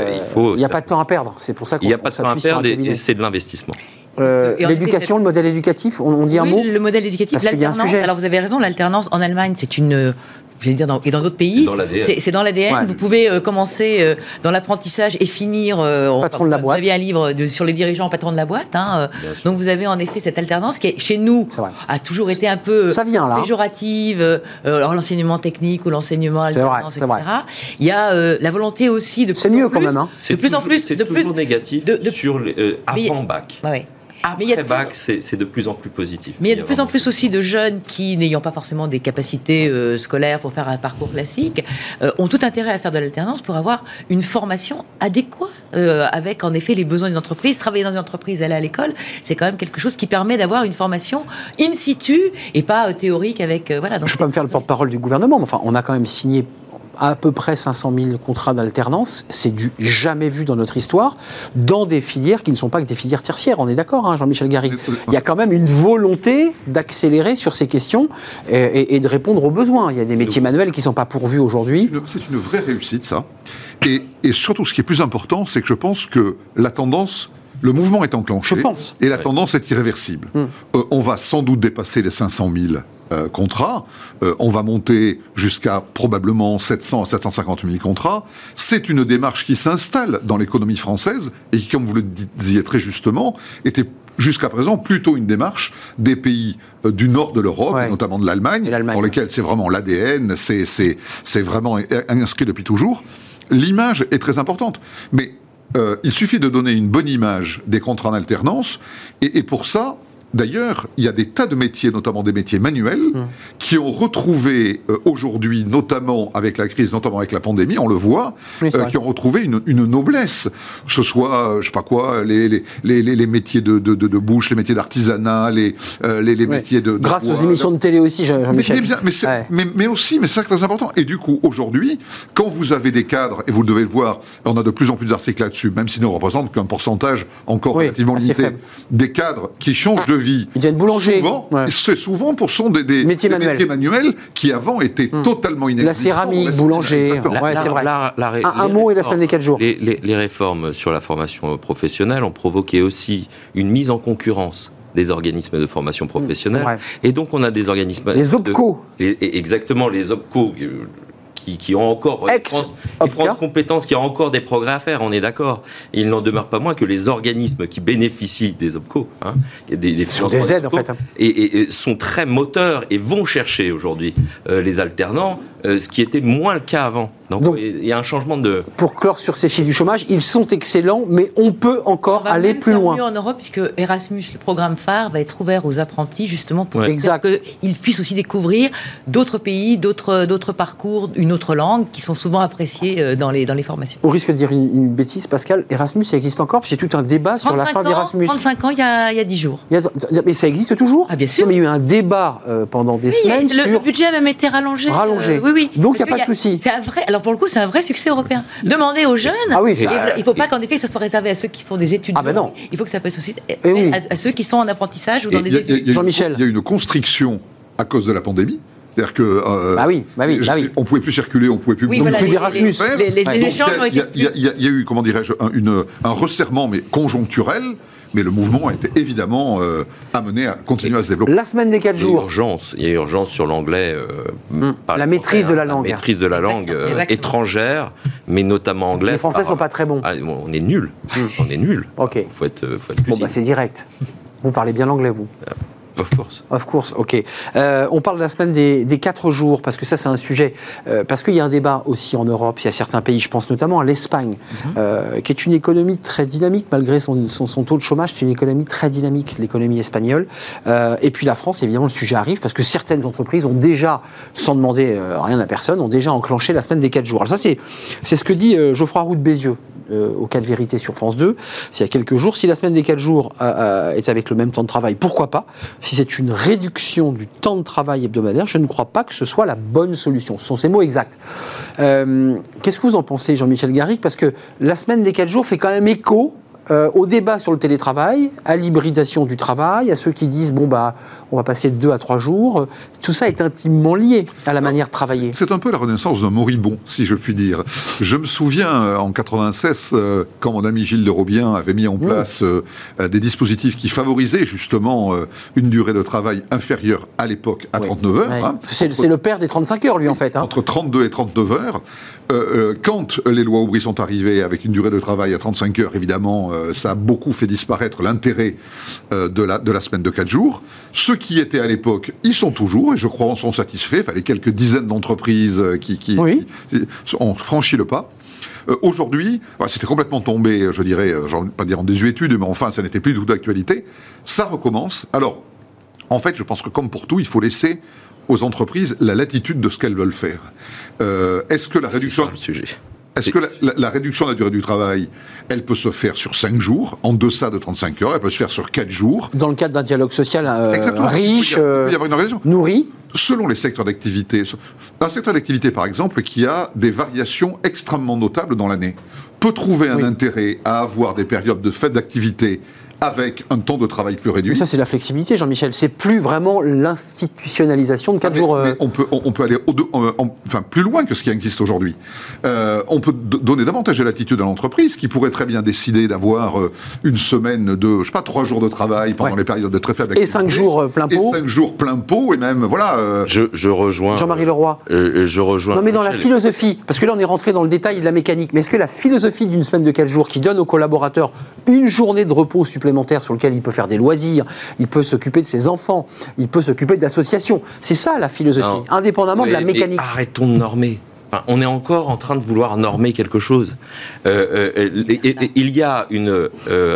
Il n'y a pas de temps à perdre, c'est pour ça qu'on s'appuie sur un cabinet. Il n'y a pas de temps à perdre et c'est de l'investissement. L'éducation, le modèle éducatif, on dit un mot ? Le modèle éducatif, l'alternance. Alors vous avez raison, l'alternance en Allemagne, c'est une... et dans d'autres pays, c'est dans l'ADN. Ouais. Vous pouvez commencer dans l'apprentissage et finir patron de la boîte. Vous avez un livre sur les dirigeants patron de la boîte. Donc vous avez en effet cette alternance qui, chez nous, a toujours été un peu péjorative. L'enseignement technique ou l'enseignement alternance, etc. Il y a la volonté aussi de... C'est mieux quand même. C'est de plus en plus... C'est toujours négatif sur avant bac. Ouais. Après bac, c'est de plus en plus positif. Mais il y a de plus en plus aussi de jeunes qui, n'ayant pas forcément des capacités scolaires pour faire un parcours classique, ont tout intérêt à faire de l'alternance pour avoir une formation adéquate avec, en effet, les besoins d'une entreprise. Travailler dans une entreprise, aller à l'école, c'est quand même quelque chose qui permet d'avoir une formation in situ et pas théorique avec... Je ne peux pas me faire le porte-parole du gouvernement, mais enfin, on a quand même signé à peu près 500 000 contrats d'alternance, c'est du jamais vu dans notre histoire, dans des filières qui ne sont pas que des filières tertiaires. On est d'accord, Jean-Michel Guéry. Il y a quand même une volonté d'accélérer sur ces questions et de répondre aux besoins. Il y a des métiers manuels qui ne sont pas pourvus aujourd'hui. C'est une vraie réussite, ça. Et surtout, ce qui est plus important, c'est que je pense que la tendance... Le mouvement est enclenché, je pense. Et la tendance est irréversible. On va sans doute dépasser les 500 000 contrats. On va monter jusqu'à probablement 700 à 750 000 contrats. C'est une démarche qui s'installe dans l'économie française et qui, comme vous le disiez très justement, était jusqu'à présent plutôt une démarche des pays du nord de l'Europe, notamment de l'Allemagne, pour lesquels c'est vraiment l'ADN, c'est vraiment inscrit depuis toujours. L'image est très importante. Mais il suffit de donner une bonne image des contrats en alternance, et pour ça, d'ailleurs, il y a des tas de métiers, notamment des métiers manuels, qui ont retrouvé aujourd'hui, notamment avec la crise, notamment avec la pandémie, on le voit, qui ont retrouvé une noblesse. Que ce soit, je sais pas quoi, les métiers de bouche, les métiers d'artisanat, les métiers de... Grâce aux émissions de télé aussi, Jean-Michel. Mais aussi, c'est ça qui est très important. Et du coup, aujourd'hui, quand vous avez des cadres, et vous devez le voir, on a de plus en plus d'articles là-dessus, même si nous représentent qu'un pourcentage encore relativement limité, des cadres qui changent de vie. Ils deviennent boulangers. C'est souvent pour des métiers manuels qui avant étaient totalement inexistants. La céramique, boulanger, c'est vrai. Un mot et la semaine des 4 jours. Les réformes sur la formation professionnelle ont provoqué aussi une mise en concurrence des organismes de formation professionnelle. Et donc on a des organismes... Les OPCO. Exactement, les OPCO... Qui ont encore France Compétences, qui a encore des progrès à faire, on est d'accord. Il n'en demeure pas moins que les organismes qui bénéficient des OPCO, des aides en fait, et sont très moteurs et vont chercher aujourd'hui les alternants, ce qui était moins le cas avant. Donc il y a un changement de... Pour clore sur ces chiffres du chômage, ils sont excellents, mais on peut encore aller plus loin. Mieux en Europe, puisque Erasmus, le programme phare, va être ouvert aux apprentis, justement, pour qu'ils puissent aussi découvrir d'autres pays, d'autres parcours, une autre langue, qui sont souvent appréciés dans les formations. Au risque de dire une bêtise, Pascal, Erasmus, ça existe encore? Parce qu'il y a tout un débat sur la fin d'Erasmus. 35 ans, il y a 10 jours. Mais ça existe toujours? Ah, bien sûr. Mais il y a eu un débat pendant des semaines sur... Le budget a même été rallongé. Oui. Donc il n'y a pas de souci. C'est un vrai... Alors pour le coup, c'est un vrai succès européen. Demandez aux jeunes. Il ne faut pas qu'en effet, ça soit réservé à ceux qui font des études. Non. Il faut que ça puisse aussi à ceux qui sont en apprentissage ou dans des études. Jean-Michel. Il y a une constriction à cause de la pandémie. C'est-à-dire que on pouvait plus circuler, on pouvait plus. Oui, plus d'Erasmus. Les échanges ont été. Il y a eu, comment dirais-je, un resserrement, mais conjoncturel. Mais le mouvement a été évidemment amené à continuer à se développer. La semaine des 4 jours. Il y a urgence sur l'anglais. La maîtrise de la langue. La maîtrise de la langue étrangère, mais notamment anglaise. Les Français ne sont pas très bons. On est nuls. On est nuls. Ok. Faut être lucide. C'est direct. Vous parlez bien l'anglais, vous? Of course, ok. On parle de la semaine des 4 jours, parce que ça c'est un sujet, parce qu'il y a un débat aussi en Europe, il y a certains pays, je pense notamment à l'Espagne, qui est une économie très dynamique, malgré son taux de chômage, c'est une économie très dynamique, l'économie espagnole. Et puis la France, évidemment, le sujet arrive, parce que certaines entreprises ont déjà, sans demander rien à personne, ont déjà enclenché la semaine des 4 jours. Alors ça c'est ce que dit Geoffroy Roux de Bézieux, au Cas de Vérité sur France 2, c'est il y a quelques jours. Si la semaine des 4 jours est avec le même temps de travail, pourquoi pas? Si c'est une réduction du temps de travail hebdomadaire, je ne crois pas que ce soit la bonne solution. Ce sont ces mots exacts. Qu'est-ce que vous en pensez, Jean-Michel Garrigue? Parce que la semaine des 4 jours fait quand même écho au débat sur le télétravail, à l'hybridation du travail, à ceux qui disent on va passer de 2 à 3 jours. Tout ça est intimement lié à la manière de travailler. C'est un peu la renaissance d'un moribond, si je puis dire. Je me souviens en 96, quand mon ami Gilles de Robien avait mis en place des dispositifs qui favorisaient justement une durée de travail inférieure à l'époque à 39 heures. C'est le père des 35 heures, lui, en fait. Entre 32 et 39 heures. Quand les lois Aubry sont arrivées avec une durée de travail à 35 heures, évidemment, ça a beaucoup fait disparaître l'intérêt de la semaine de 4 jours. Ceux qui étaient à l'époque, ils sont toujours, et je crois en sont satisfaits. Enfin, les quelques dizaines d'entreprises qui ont franchi le pas. Aujourd'hui, c'était complètement tombé, je dirais, je ne vais pas dire en désuétude, mais enfin, ça n'était plus du tout d'actualité. Ça recommence. Alors, en fait, je pense que comme pour tout, il faut laisser aux entreprises la latitude de ce qu'elles veulent faire. Est-ce que la réduction... C'est ça, le sujet. Est-ce que la réduction de la durée du travail, elle peut se faire sur 5 jours, en deçà de 35 heures, elle peut se faire sur 4 jours. Dans le cadre d'un dialogue social riche, il peut y avoir une organisation. Nourri. Selon les secteurs d'activité. Un secteur d'activité, par exemple, qui a des variations extrêmement notables dans l'année, peut trouver un intérêt à avoir des périodes de fête d'activité avec un temps de travail plus réduit. Mais ça, c'est la flexibilité, Jean-Michel. C'est plus vraiment l'institutionnalisation de 4 jours. Mais on peut aller plus loin que ce qui existe aujourd'hui. On peut donner davantage de latitude à l'entreprise, qui pourrait très bien décider d'avoir une semaine de, 3 jours de travail pendant les périodes de très faible activité. Et 5 jours plein pot. Et 5 jours plein pot, et même, voilà... Je rejoins... Jean-Marie Leroy. Je rejoins... Non, mais dans la philosophie, parce que là, on est rentré dans le détail de la mécanique, mais est-ce que la philosophie d'une semaine de 4 jours qui donne aux collaborateurs une journée de repos supplémentaire sur lequel il peut faire des loisirs, il peut s'occuper de ses enfants, il peut s'occuper d'associations. C'est ça la philosophie, indépendamment de la mécanique. Arrêtons de normer. on est encore en train de vouloir normer quelque chose. Il y a une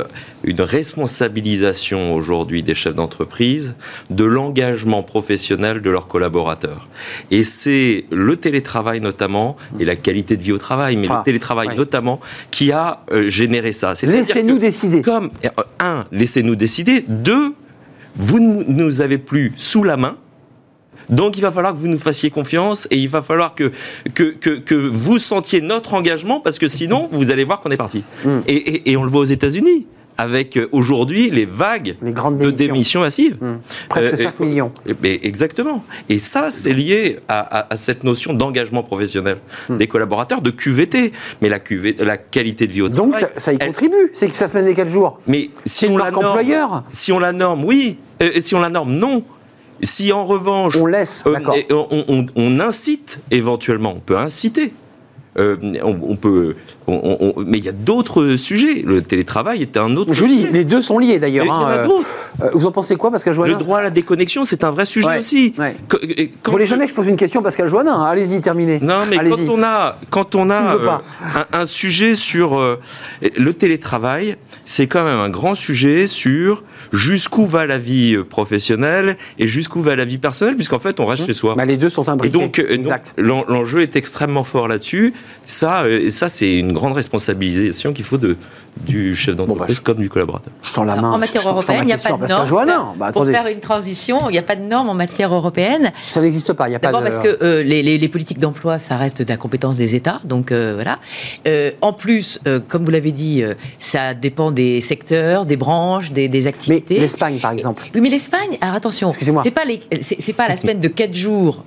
responsabilisation aujourd'hui des chefs d'entreprise de l'engagement professionnel de leurs collaborateurs. Et c'est le télétravail notamment, et la qualité de vie au travail, mais le télétravail notamment, qui a généré ça. Laissez-nous décider. Laissez-nous décider. 2, vous ne nous avez plus sous la main. Donc il va falloir que vous nous fassiez confiance et il va falloir que vous sentiez notre engagement, parce que sinon vous allez voir qu'on est parti. Et on le voit aux États-Unis avec aujourd'hui les vagues de démissions massives. Presque 5 millions. Exactement. Et ça, c'est lié à cette notion d'engagement professionnel des collaborateurs, de QVT. Mais la qualité de vie au travail... Donc ça y contribue. C'est que ça se mène les 4 jours. Mais si on la norme, si on la norme, oui. Si on la norme, non. Si en revanche, on laisse, on incite éventuellement, on peut inciter. On peut, mais il y a d'autres sujets. Le télétravail est un autre. Je vous dis, les deux sont liés d'ailleurs. Il y en a d'autres. Vous en pensez quoi, Pascal Joannin ? Le droit à la déconconnextion, c'est un vrai sujet aussi. Vous voulez jamais que je pose une question, Pascal Joannin ? Allez-y, terminez. Non, mais quand on a un sujet sur le télétravail, c'est quand même un grand sujet sur jusqu'où va la vie professionnelle et jusqu'où va la vie personnelle, puisqu'en fait, on reste chez soi. Les deux sont imbriqués. Et donc l'enjeu est extrêmement fort là-dessus. Ça, c'est une grande responsabilisation qu'il faut du chef d'entreprise comme du collaborateur. Je tends la main. En matière européenne, il n'y a pas de normes. Pour faire une transition, il n'y a pas de normes en matière européenne. Ça n'existe pas. D'abord parce que les politiques d'emploi, ça reste de la compétence des États. Donc voilà. En plus, comme vous l'avez dit, ça dépend des secteurs, des branches, des activités. Mais l'Espagne, par exemple. Oui, mais l'Espagne, alors attention, c'est pas la semaine de 4 jours.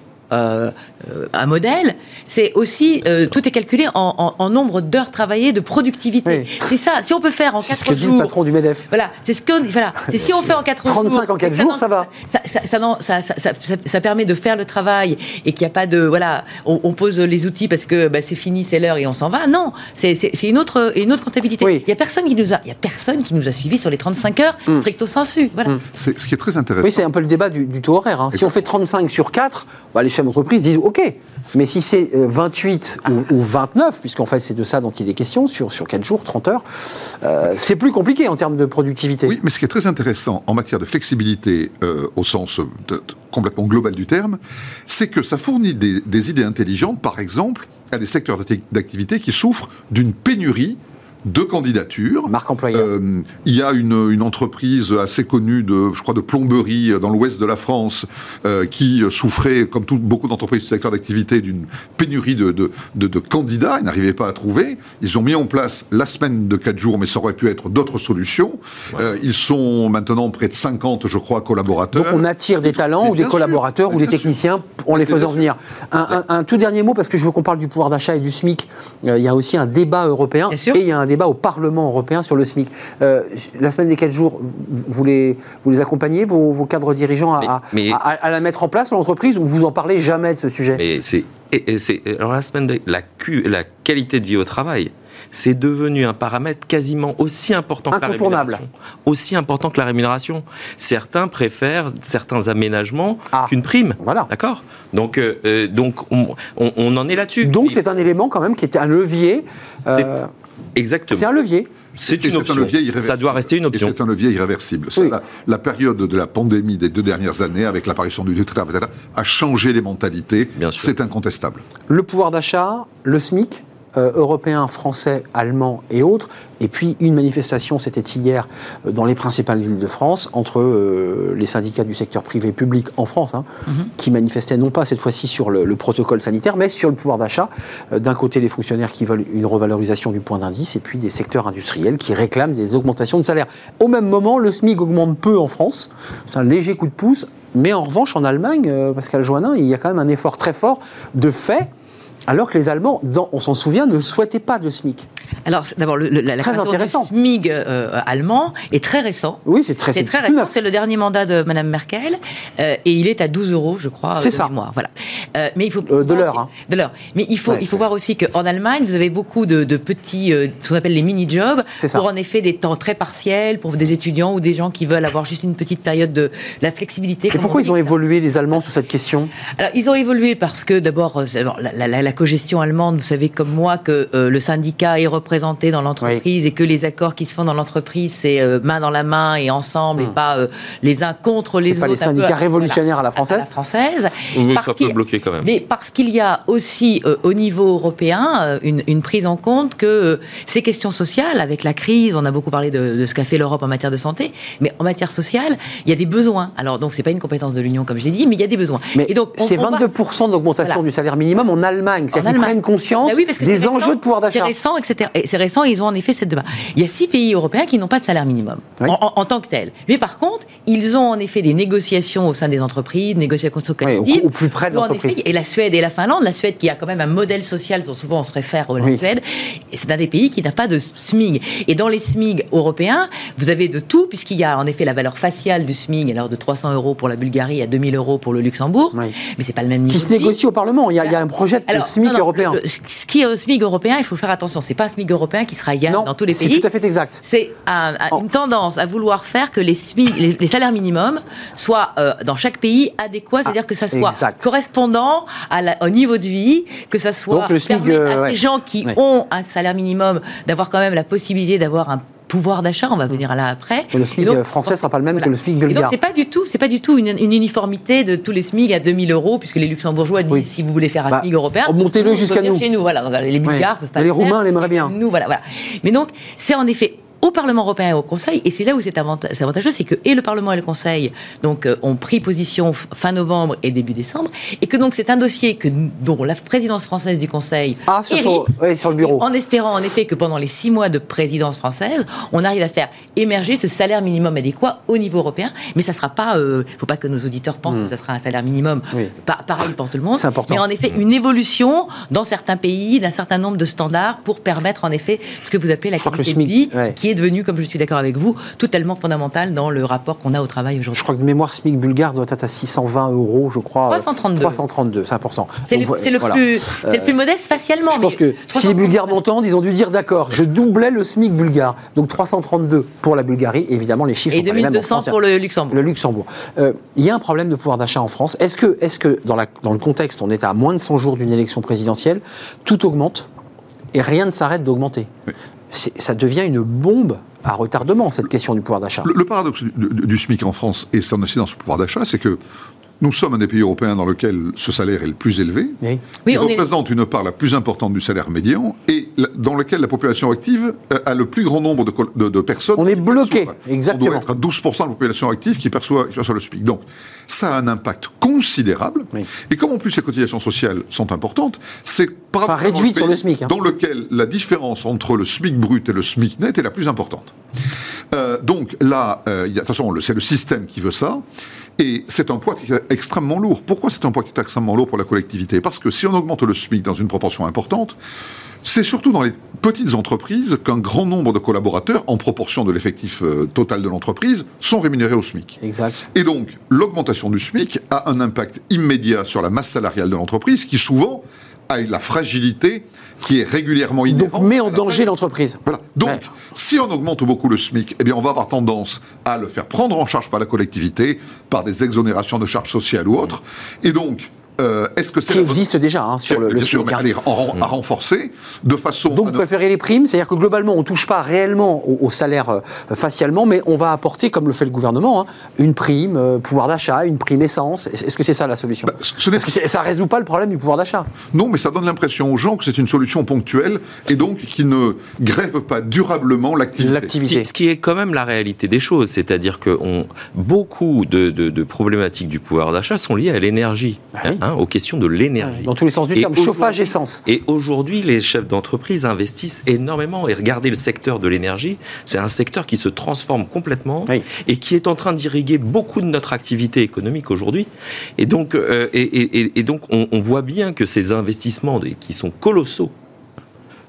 Un modèle, c'est aussi tout est calculé en nombre d'heures travaillées, de productivité. Oui. C'est ça. Si on peut faire en 4 jours. C'est ce que dit le patron du MEDEF. Voilà. C'est si on fait en 4 jours. 35 en 4 jours, ça va. Ça permet de faire le travail et qu'il n'y a pas de on pose les outils parce que c'est fini, c'est l'heure et on s'en va. Non, c'est une autre comptabilité. Oui. Il y a personne qui nous a suivis sur les 35 heures stricto sensu. Voilà. C'est ce qui est très intéressant. Oui, c'est un peu le débat du taux horaire. Hein. Si on fait 35 sur 4, les chefs d'entreprise disent OK. Mais si c'est 28 ou 29, puisqu'en fait c'est de ça dont il est question, sur 4 jours, 30 heures, c'est plus compliqué en termes de productivité. Oui, mais ce qui est très intéressant en matière de flexibilité au sens complètement global du terme, c'est que ça fournit des idées intelligentes, par exemple, à des secteurs d'activité qui souffrent d'une pénurie de candidatures. Marque employeur. Il y a une entreprise assez connue de plomberie dans l'ouest de la France qui souffrait, comme beaucoup d'entreprises du secteur d'activité, d'une pénurie de candidats. Ils n'arrivaient pas à trouver. Ils ont mis en place la semaine de 4 jours, mais ça aurait pu être d'autres solutions. Ouais. Ils sont maintenant près de 50, je crois, collaborateurs. Donc on attire des talents ou des collaborateurs ou des techniciens en les faisant venir. Un tout dernier mot, parce que je veux qu'on parle du pouvoir d'achat et du SMIC. Il y a aussi un débat européen et il y a un débat au Parlement européen sur le SMIC. La semaine des 4 jours, vous les accompagnez, vos cadres dirigeants, à la mettre en place, l'entreprise, ou vous en parlez jamais de ce sujet ? Alors la semaine la qualité de vie au travail, c'est devenu un paramètre quasiment aussi important que la rémunération. Aussi important que la rémunération. Certains préfèrent certains aménagements qu'une prime. Voilà. D'accord ? Donc on en est là-dessus. Donc c'est un élément quand même qui est un levier. Exactement. C'est un levier. C'est une option. Ça doit rester une option. Et c'est un levier irréversible. Oui. La période de la pandémie des 2 dernières années, avec l'apparition du télétravail, a changé les mentalités. C'est incontestable. Le pouvoir d'achat, le SMIC, européens, français, allemands et autres, et puis une manifestation, c'était hier, dans les principales villes de France, entre les syndicats du secteur privé-public en France, qui manifestaient non pas cette fois-ci sur le protocole sanitaire, mais sur le pouvoir d'achat. D'un côté, les fonctionnaires qui veulent une revalorisation du point d'indice, et puis des secteurs industriels qui réclament des augmentations de salaire. Au même moment, le SMIC augmente peu en France, c'est un léger coup de pouce, mais en revanche, en Allemagne, Pascal Joannin, il y a quand même un effort très fort de fait, alors que les Allemands, on s'en souvient, ne souhaitaient pas de SMIC. Alors, d'abord, la création du SMIG allemand est très récent. Oui, c'est très récent. C'est le dernier mandat de Mme Merkel. Et il est à 12 €, je crois, c'est ça. Mémoire. Voilà. Mais il faut de l'heure. Hein. De l'heure. Mais il faut voir aussi qu'en Allemagne, vous avez beaucoup de petits, ce qu'on appelle les mini-jobs, pour en effet des temps très partiels, pour des étudiants ou des gens qui veulent avoir juste une petite période de la flexibilité. Et pourquoi ils ont évolué, les Allemands, sur cette question ? Alors, ils ont évolué parce que, d'abord, la cogestion allemande, vous savez comme moi que le syndicat est représenté dans l'entreprise et que les accords qui se font dans l'entreprise, c'est main dans la main et ensemble et pas les uns contre les autres. C'est pas les syndicats révolutionnaires à la française. Oui, ça peut bloquer quand même. Mais parce qu'il y a aussi au niveau européen une prise en compte que ces questions sociales, avec la crise, on a beaucoup parlé de ce qu'a fait l'Europe en matière de santé, mais en matière sociale, il y a des besoins. Alors donc c'est pas une compétence de l'Union comme je l'ai dit, mais il y a des besoins. Mais et donc c'est 22% d'augmentation du salaire minimum en Allemagne. C'est-à-dire qu'ils prennent conscience des enjeux de pouvoir d'achat. C'est récent, etc. Et c'est récent, ils ont en effet cette débat. Il y a 6 pays européens qui n'ont pas de salaire minimum en tant que tel. Mais par contre, ils ont en effet des négociations au sein des entreprises, négociations collectives, au plus près de l'entreprise. Et la Suède et la Finlande, la Suède qui a quand même un modèle social dont souvent on se réfère à la Suède, et c'est un des pays qui n'a pas de SMIG. Et dans les SMIG européens, vous avez de tout, puisqu'il y a en effet la valeur faciale du SMIG, alors de 300 € pour la Bulgarie à 2000 € pour le Luxembourg, mais c'est pas le même niveau. Qui se négocie au Parlement. Il y a un projet de SMIG européen. Ce qui est au SMIG européen, il faut faire attention. C'est pas un SMIG européen qui sera égal dans tous les pays. C'est tout à fait exact. C'est une tendance à vouloir faire que les SMIG, les salaires minimums, soient dans chaque pays adéquats, c'est-à-dire que ça soit correspondant au niveau de vie, que ça soit permis à ces gens qui ont un salaire minimum d'avoir quand même la possibilité d'avoir un pouvoir d'achat, on va venir là après. Et le SMIC français ne sera pas le même que le SMIC bulgare. Et donc c'est pas du tout une uniformité de tous les SMIC à 2000 €, puisque les Luxembourgeois disent si vous voulez faire un SMIC européen, montez-le jusqu'à nous. Chez nous, voilà. Donc, les Bulgares peuvent pas le faire. Les Roumains l'aimeraient bien. Nous, voilà. Mais donc c'est en effet au Parlement européen et au Conseil, et c'est là où c'est avantageux, c'est que et le Parlement et le Conseil ont pris position fin novembre et début décembre, et que donc c'est un dossier dont la présidence française du Conseil hérite, sur le bureau, en espérant en effet que pendant les 6 mois de présidence française, on arrive à faire émerger ce salaire minimum adéquat au niveau européen, mais ça sera pas, faut pas que nos auditeurs pensent que ça sera un salaire minimum pareil pour tout le monde, mais en effet une évolution dans certains pays d'un certain nombre de standards pour permettre en effet ce que vous appelez la qualité de vie, qui est devenu, comme je suis d'accord avec vous, totalement fondamental dans le rapport qu'on a au travail aujourd'hui. Je crois que de mémoire, SMIC bulgare doit être à 620 €, je crois. 332, c'est important. C'est le plus modeste facialement. Je pense que si les Bulgares m'entendent, ils ont dû dire d'accord, je doublais le SMIC bulgare. Donc 332 pour la Bulgarie, évidemment les chiffres sont pas les mêmes en France. Et 2200 pour le Luxembourg. Il y a un problème de pouvoir d'achat en France. Est-ce que dans le contexte, on est à moins de 100 jours d'une élection présidentielle, tout augmente et rien ne s'arrête d'augmenter ? Ça devient une bombe à retardement, cette question du pouvoir d'achat. Le paradoxe du SMIC en France et son incidence sur le pouvoir d'achat, c'est que nous sommes un des pays européens dans lequel ce salaire est le plus élevé. Il représente une part la plus importante du salaire médian et dans lequel la population active a le plus grand nombre de personnes. On est bloqué, exactement. On doit être à 12% de la population active qui perçoit le SMIC. Donc, ça a un impact considérable. Et comme en plus les cotisations sociales sont importantes, c'est réduite sur le SMIC. Dans lequel la différence entre le SMIC brut et le SMIC net est la plus importante. Donc là, attention, c'est le système qui veut ça. Et c'est un poids qui est extrêmement lourd. Pourquoi c'est un poids qui est extrêmement lourd pour la collectivité ? Parce que si on augmente le SMIC dans une proportion importante, c'est surtout dans les petites entreprises qu'un grand nombre de collaborateurs, en proportion de l'effectif total de l'entreprise, sont rémunérés au SMIC. Exact. Et donc, l'augmentation du SMIC a un impact immédiat sur la masse salariale de l'entreprise, qui souvent a la fragilité qui est régulièrement inhérente. Donc, met en danger l'entreprise. Voilà. Donc, si on augmente beaucoup le SMIC, eh bien, on va avoir tendance à le faire prendre en charge par la collectivité, par des exonérations de charges sociales ou autres. Et donc, est-ce que c'est... Qui existe déjà sur le SMIC. À renforcer de façon... Donc, vous préférez les primes, c'est-à-dire que globalement, on ne touche pas réellement au salaire facialement, mais on va apporter, comme le fait le gouvernement, une prime pouvoir d'achat, une prime essence. Est-ce que c'est ça la solution ? Parce que ça ne résout pas le problème du pouvoir d'achat. Non, mais ça donne l'impression aux gens que c'est une solution ponctuelle et donc qui ne grève pas durablement l'activité. Ce qui est quand même la réalité des choses, c'est-à-dire que beaucoup de problématiques du pouvoir d'achat sont liées à l'énergie. Aux questions de l'énergie. Dans tous les sens du terme, chauffage, essence. Et aujourd'hui, les chefs d'entreprise investissent énormément. Et regardez le secteur de l'énergie, c'est un secteur qui se transforme complètement et qui est en train d'irriguer beaucoup de notre activité économique aujourd'hui. Et donc, on voit bien que ces investissements qui sont colossaux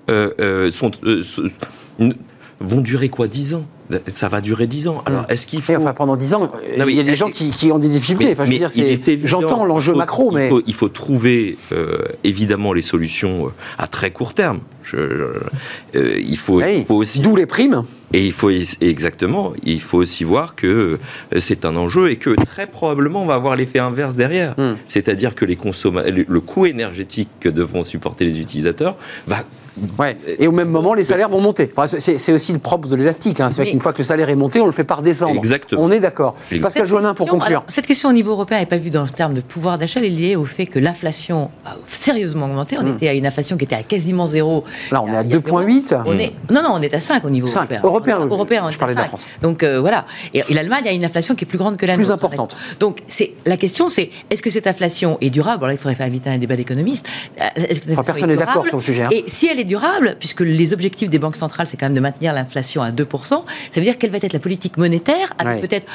vont durer quoi, 10 ans? Ça va durer 10 ans. Alors, est-ce qu'il faut... Enfin, pendant 10 ans, il y a des gens qui ont des difficultés. Enfin, je veux dire, j'entends l'enjeu macro, mais... Il faut trouver, évidemment, les solutions à très court terme. Il faut aussi... D'où les primes. Et il faut aussi voir que c'est un enjeu et que très probablement on va avoir l'effet inverse derrière. C'est-à-dire que le coût énergétique que devront supporter les utilisateurs va... Ouais. Et au même moment, les salaires vont monter. Enfin, c'est aussi le propre de l'élastique. Hein. C'est vrai qu'une fois que le salaire est monté, on le fait par descendre. Exactement. On est d'accord. Pascal Joannin, pour conclure. Alors, cette question au niveau européen n'est pas vue dans le terme de pouvoir d'achat, elle est liée au fait que l'inflation a sérieusement augmenté. On était à une inflation qui était à quasiment zéro. Là, on est à 2,8. Non, on est à 5 au niveau 5. européen. Européen, je parlais de la France. Donc voilà. Et l'Allemagne a une inflation qui est plus grande que la nôtre. Plus importante. En fait. Donc la question, c'est est-ce que cette inflation est durable? Alors là, il faudrait faire inviter un débat d'économistes. Personne n'est d'accord sur le sujet. Hein. Et si elle est durable, puisque les objectifs des banques centrales, c'est quand même de maintenir l'inflation à 2%, ça veut dire quelle va être la politique monétaire, avec peut-être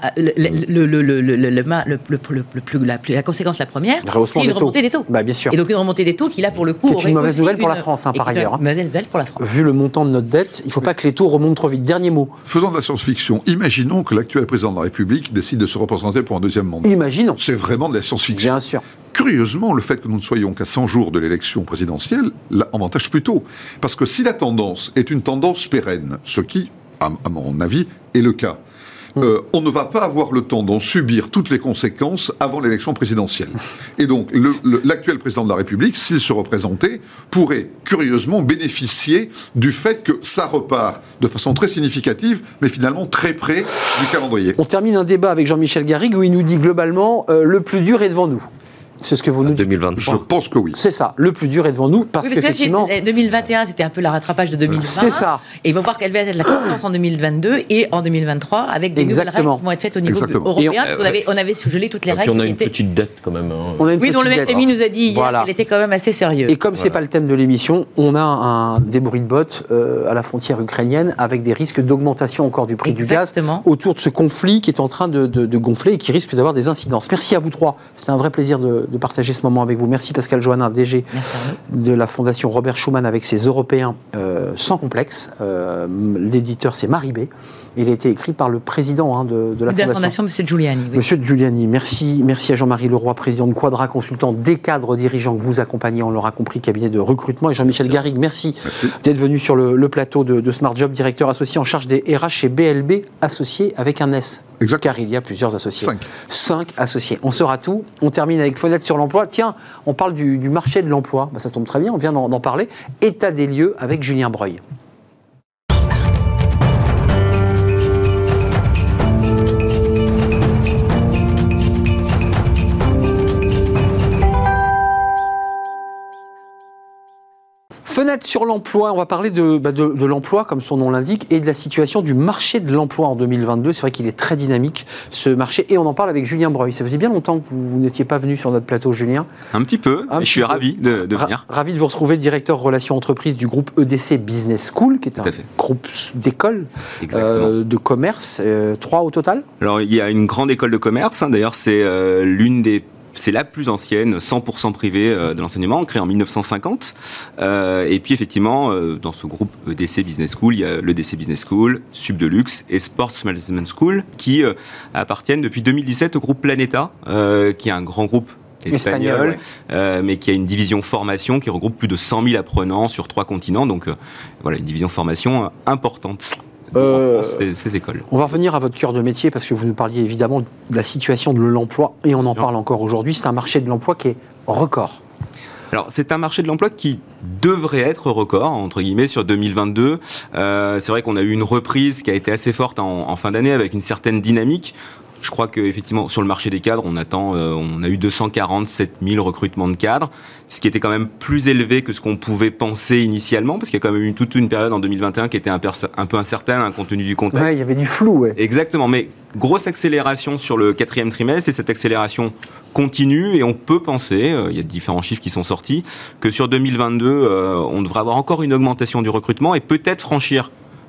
la conséquence la première, c'est une remontée des taux. Bah, bien sûr. Et donc une remontée des taux qui, là, pour le coup, aurait une mauvaise nouvelle pour la France, par ailleurs. Une mauvaise nouvelle pour la France. Vu le montant de notre dette, il ne faut pas que les taux remontent trop vite. Dernier mot. Faisons de la science-fiction. Imaginons que l'actuel président de la République décide de se représenter pour un deuxième mandat. Imaginons. C'est vraiment de la science-fiction. Bien sûr. Curieusement, le fait que nous ne soyons qu'à 100 jours de l'élection présidentielle l'avantage plutôt. Parce que si la tendance est une tendance pérenne, ce qui, à mon avis, est le cas, on ne va pas avoir le temps d'en subir toutes les conséquences avant l'élection présidentielle. Et donc, l'actuel président de la République, s'il se représentait, pourrait curieusement bénéficier du fait que ça repart de façon très significative, mais finalement très près du calendrier. On termine un débat avec Jean-Michel Garrigue où il nous dit globalement le plus dur est devant nous. C'est ce que vous nous dites. 2023. Je pense que oui. C'est ça. Le plus dur est devant nous parce qu'effectivement... 2021, c'était un peu le rattrapage de 2020. C'est ça. Et ils vont voir quelle va être la constance en 2022 et en 2023 avec des nouvelles règles qui vont être faites au niveau européen. Parce qu'on avait gelé toutes les règles. Et puis on a une petite dette quand même. Oui, dont le FMI nous a dit hier qu'elle était quand même assez sérieuse. Et comme c'est pas le thème de l'émission, on a des bruits de bottes à la frontière ukrainienne avec des risques d'augmentation encore du prix du gaz autour de ce conflit qui est en train de gonfler et qui risque d'avoir des incidences. Merci à vous trois. C'était un vrai plaisir de partager ce moment avec vous. Merci Pascal Joannin, DG de la Fondation Robert Schuman avec ses Européens sans complexe. L'éditeur, c'est Marie B. Il a été écrit par le président de la Fondation. Monsieur Giuliani. Oui. Monsieur Giuliani, merci à Jean-Marie Leroy, président de Quadra Consultant, des cadres dirigeants que vous accompagnez, on l'aura compris, cabinet de recrutement. Et Jean-Michel Garrigue, merci d'être venu sur le plateau de Smart Job, directeur associé en charge des RH chez BLB, associé avec un S. Exact. Car il y a plusieurs associés. 5 associés. On saura tout. On termine avec Fenêtre sur l'emploi. Tiens, on parle du marché de l'emploi. Ça tombe très bien, on vient d'en parler. État des lieux avec Julien Breuil. Fenêtre sur l'emploi, on va parler de l'emploi, comme son nom l'indique, et de la situation du marché de l'emploi en 2022. C'est vrai qu'il est très dynamique, ce marché, et on en parle avec Julien Breuil. Ça faisait bien longtemps que vous n'étiez pas venu sur notre plateau, Julien. Un petit peu, je suis ravi de venir. Ravi de vous retrouver, directeur relations entreprises du groupe EDC Business School, qui est un groupe d'écoles de commerce, 3 au total. Alors, il y a une grande école de commerce, d'ailleurs, c'est la plus ancienne, 100% privée de l'enseignement, créée en 1950. Et puis effectivement, dans ce groupe EDC Business School, il y a l'EDC Business School, Subdeluxe et Sports Management School, qui appartiennent depuis 2017 au groupe Planeta, qui est un grand groupe espagnol, mais qui a une division formation qui regroupe plus de 100 000 apprenants sur 3 continents. Donc voilà, une division formation importante. Ces écoles. On va revenir à votre cœur de métier parce que vous nous parliez évidemment de la situation de l'emploi et on en parle encore aujourd'hui. C'est un marché de l'emploi qui est record. Alors, c'est un marché de l'emploi qui devrait être record, entre guillemets, sur 2022. C'est vrai qu'on a eu une reprise qui a été assez forte en fin d'année avec une certaine dynamique. Je crois qu'effectivement, sur le marché des cadres, on a eu 247 000 recrutements de cadres, ce qui était quand même plus élevé que ce qu'on pouvait penser initialement, parce qu'il y a quand même eu toute une période en 2021 qui était un peu incertaine, compte tenu du contexte. Ouais, il y avait du flou, ouais. Exactement, mais grosse accélération sur le 4e trimestre, et cette accélération continue, et on peut penser, il y a différents chiffres qui sont sortis, que sur 2022, on devrait avoir encore une augmentation du recrutement, et peut-être franchir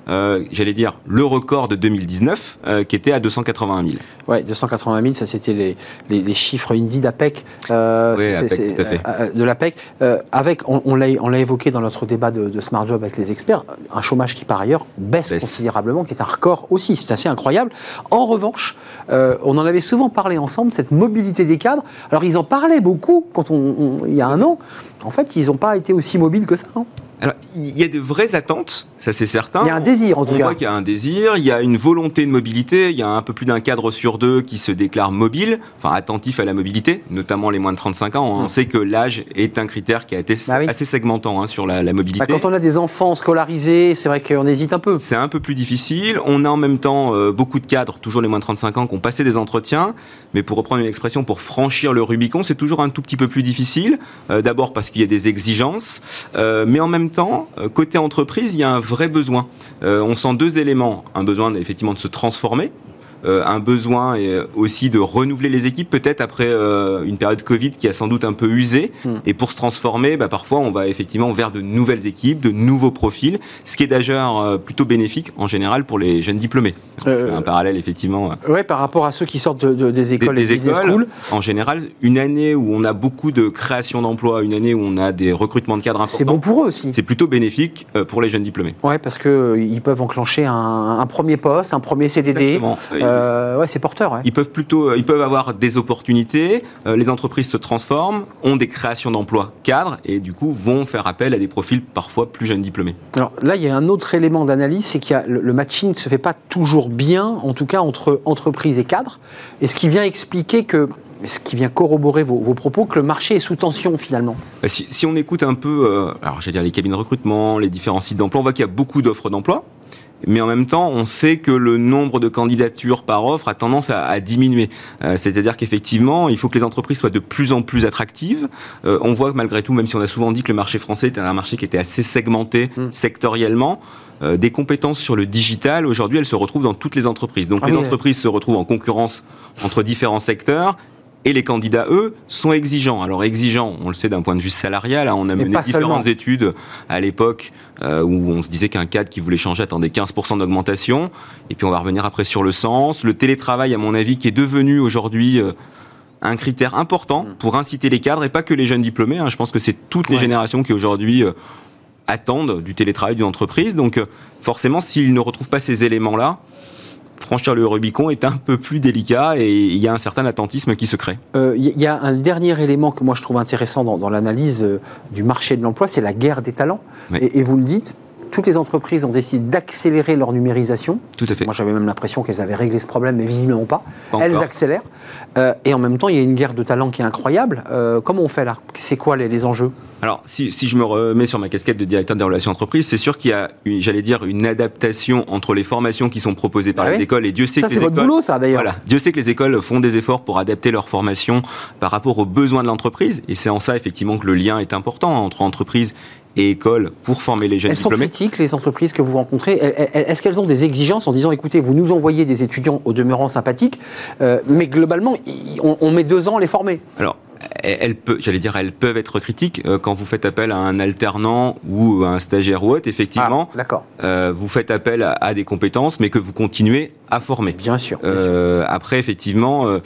j'allais dire, le record de 2019, qui était à 281 000. Ouais, 280 000, ça c'était les chiffres Indeed d'APEC, Oui, APEC, tout à fait. de l'APEC. Avec, on l'a évoqué dans notre débat de Smart Job avec les experts, un chômage qui par ailleurs baisse considérablement, qui est un record aussi, c'est assez incroyable. En revanche, on en avait souvent parlé ensemble, cette mobilité des cadres. Alors ils en parlaient beaucoup quand il y a un an. En fait, ils n'ont pas été aussi mobiles que ça. Hein. Alors, il y a de vraies attentes, ça c'est certain. Il y a un désir en tout cas. On voit qu'il y a un désir, il y a une volonté de mobilité, il y a un peu plus d'un cadre sur deux qui se déclare mobile, enfin attentif à la mobilité, notamment les moins de 35 ans. On sait que l'âge est un critère qui a été assez segmentant sur la mobilité. Quand on a des enfants scolarisés, c'est vrai qu'on hésite un peu. C'est un peu plus difficile. On a en même temps beaucoup de cadres, toujours les moins de 35 ans, qui ont passé des entretiens, mais pour reprendre une expression, pour franchir le Rubicon, c'est toujours un tout petit peu plus difficile. D'abord parce qu'il y a des exigences, mais en même temps, côté entreprise, il y a un vrai besoin. On sent deux éléments. Un besoin effectivement de se transformer, un besoin aussi de renouveler les équipes, peut-être après une période Covid qui a sans doute un peu usé. Et pour se transformer, parfois on va effectivement vers de nouvelles équipes, de nouveaux profils, ce qui est d'ailleurs plutôt bénéfique en général pour les jeunes diplômés. Un parallèle effectivement. Oui, par rapport à ceux qui sortent des écoles, des business schools. En général, une année où on a beaucoup de création d'emplois, une année où on a des recrutements de cadres importants. C'est bon pour eux aussi. C'est plutôt bénéfique pour les jeunes diplômés. Oui, parce qu'ils peuvent enclencher un premier poste, un premier CDD. Exactement. C'est porteur. Ouais. Ils peuvent avoir des opportunités. Les entreprises se transforment, ont des créations d'emplois cadres et du coup vont faire appel à des profils parfois plus jeunes diplômés. Alors là, il y a un autre élément d'analyse, c'est qu'il y a le matching ne se fait pas toujours bien, en tout cas entre entreprises et cadres. Et ce qui vient expliquer ce qui vient corroborer vos propos, que le marché est sous tension finalement. Si on écoute un peu, alors j'allais dire les cabines de recrutement, les différents sites d'emploi, on voit qu'il y a beaucoup d'offres d'emploi. Mais en même temps, on sait que le nombre de candidatures par offre a tendance à diminuer. C'est-à-dire qu'effectivement, il faut que les entreprises soient de plus en plus attractives. On voit que malgré tout, même si on a souvent dit que le marché français était un marché qui était assez segmenté sectoriellement, des compétences sur le digital, aujourd'hui, elles se retrouvent dans toutes les entreprises. Donc les entreprises se retrouvent en concurrence entre différents secteurs. Et les candidats, eux, sont exigeants. Alors exigeants, on le sait d'un point de vue salarial, on a mené différentes études à l'époque où on se disait qu'un cadre qui voulait changer attendait 15% d'augmentation. Et puis on va revenir après sur le sens. Le télétravail, à mon avis, qui est devenu aujourd'hui un critère important pour inciter les cadres, et pas que les jeunes diplômés. Je pense que c'est toutes les générations qui aujourd'hui attendent du télétravail d'une entreprise. Donc forcément, s'ils ne retrouvent pas ces éléments-là, franchir le Rubicon est un peu plus délicat et il y a un certain attentisme qui se crée. Il y a un dernier élément que moi je trouve intéressant dans l'analyse du marché de l'emploi, c'est la guerre des talents. Oui. Et vous le dites, toutes les entreprises ont décidé d'accélérer leur numérisation. Tout à fait. Moi j'avais même l'impression qu'elles avaient réglé ce problème, mais visiblement pas. Elles accélèrent. Et en même temps, il y a une guerre de talents qui est incroyable. Comment on fait là ? C'est quoi les enjeux ? Alors, si je me remets sur ma casquette de directeur des relations entreprises, c'est sûr qu'il y a, une adaptation entre les formations qui sont proposées par les écoles, et Dieu sait que les écoles... Ça, c'est votre boulot, ça, d'ailleurs. Voilà. Dieu sait que les écoles font des efforts pour adapter leur formation par rapport aux besoins de l'entreprise, et c'est en ça, effectivement, que le lien est important entre entreprise et école pour former les jeunes diplômés. Elles sont critiques, les entreprises que vous rencontrez. Est-ce qu'elles ont des exigences en disant, écoutez, vous nous envoyez des étudiants au demeurant sympathiques, mais globalement, on met 2 ans à les former ? Alors, elles peuvent être critiques quand vous faites appel à un alternant ou à un stagiaire ou autre, effectivement. Vous faites appel à des compétences, mais que vous continuez à former. Bien sûr. Après, effectivement...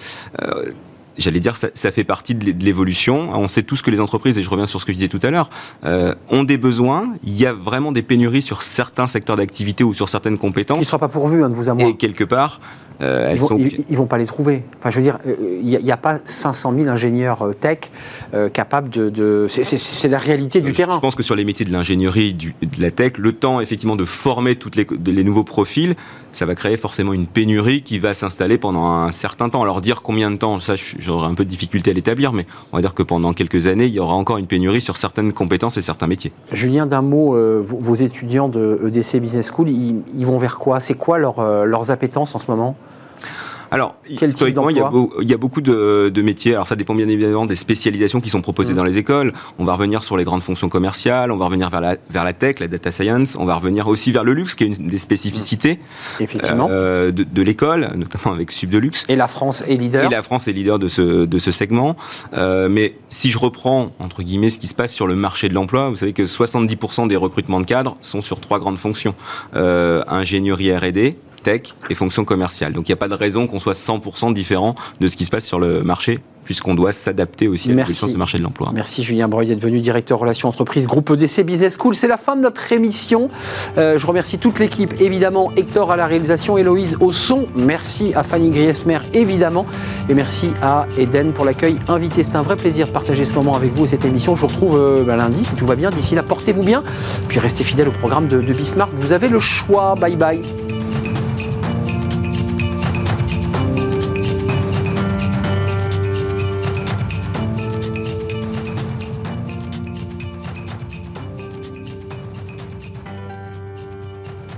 ça fait partie de l'évolution. On sait tous que les entreprises, et je reviens sur ce que je disais tout à l'heure, ont des besoins. Il y a vraiment des pénuries sur certains secteurs d'activité ou sur certaines compétences. Qui ne sera pas pourvu, de vous à moi. Et quelque part, ils vont pas les trouver. Enfin, je veux dire, il n'y a pas 500 000 ingénieurs tech capables de... C'est la réalité du terrain. Je pense que sur les métiers de l'ingénierie, de la tech, le temps, effectivement, de former tous les nouveaux profils, ça va créer forcément une pénurie qui va s'installer pendant un certain temps. Alors dire combien de temps, ça j'aurai un peu de difficulté à l'établir, mais on va dire que pendant quelques années, il y aura encore une pénurie sur certaines compétences et certains métiers. Julien, d'un mot, vos étudiants de EDC Business School, ils vont vers quoi ? C'est quoi leurs appétences en ce moment ? Alors, Quel historiquement, il y a beaucoup de métiers. Alors, ça dépend bien évidemment des spécialisations qui sont proposées dans les écoles. On va revenir sur les grandes fonctions commerciales, on va revenir vers la tech, la data science, on va revenir aussi vers le luxe, qui est une des spécificités de l'école, notamment avec Sub de Luxe. Et la France est leader. Et la France est leader de ce segment. Mais si je reprends, entre guillemets, ce qui se passe sur le marché de l'emploi, vous savez que 70% des recrutements de cadres sont sur 3 grandes fonctions. Ingénierie R&D, tech et fonctions commerciales. Donc il n'y a pas de raison qu'on soit 100% différent de ce qui se passe sur le marché, puisqu'on doit s'adapter aussi à l'évolution du marché de l'emploi. Merci Julien Breuil d'être venu, directeur relations entreprises groupe EDC Business School. C'est la fin de notre émission. Je remercie toute l'équipe, évidemment, Hector à la réalisation, Héloïse au son. Merci à Fanny Griesmer, évidemment. Et merci à Eden pour l'accueil invité. C'est un vrai plaisir de partager ce moment avec vous et cette émission. Je vous retrouve lundi, si tout va bien. D'ici là, portez-vous bien. Puis restez fidèles au programme de Bismarck. Vous avez le choix. Bye bye.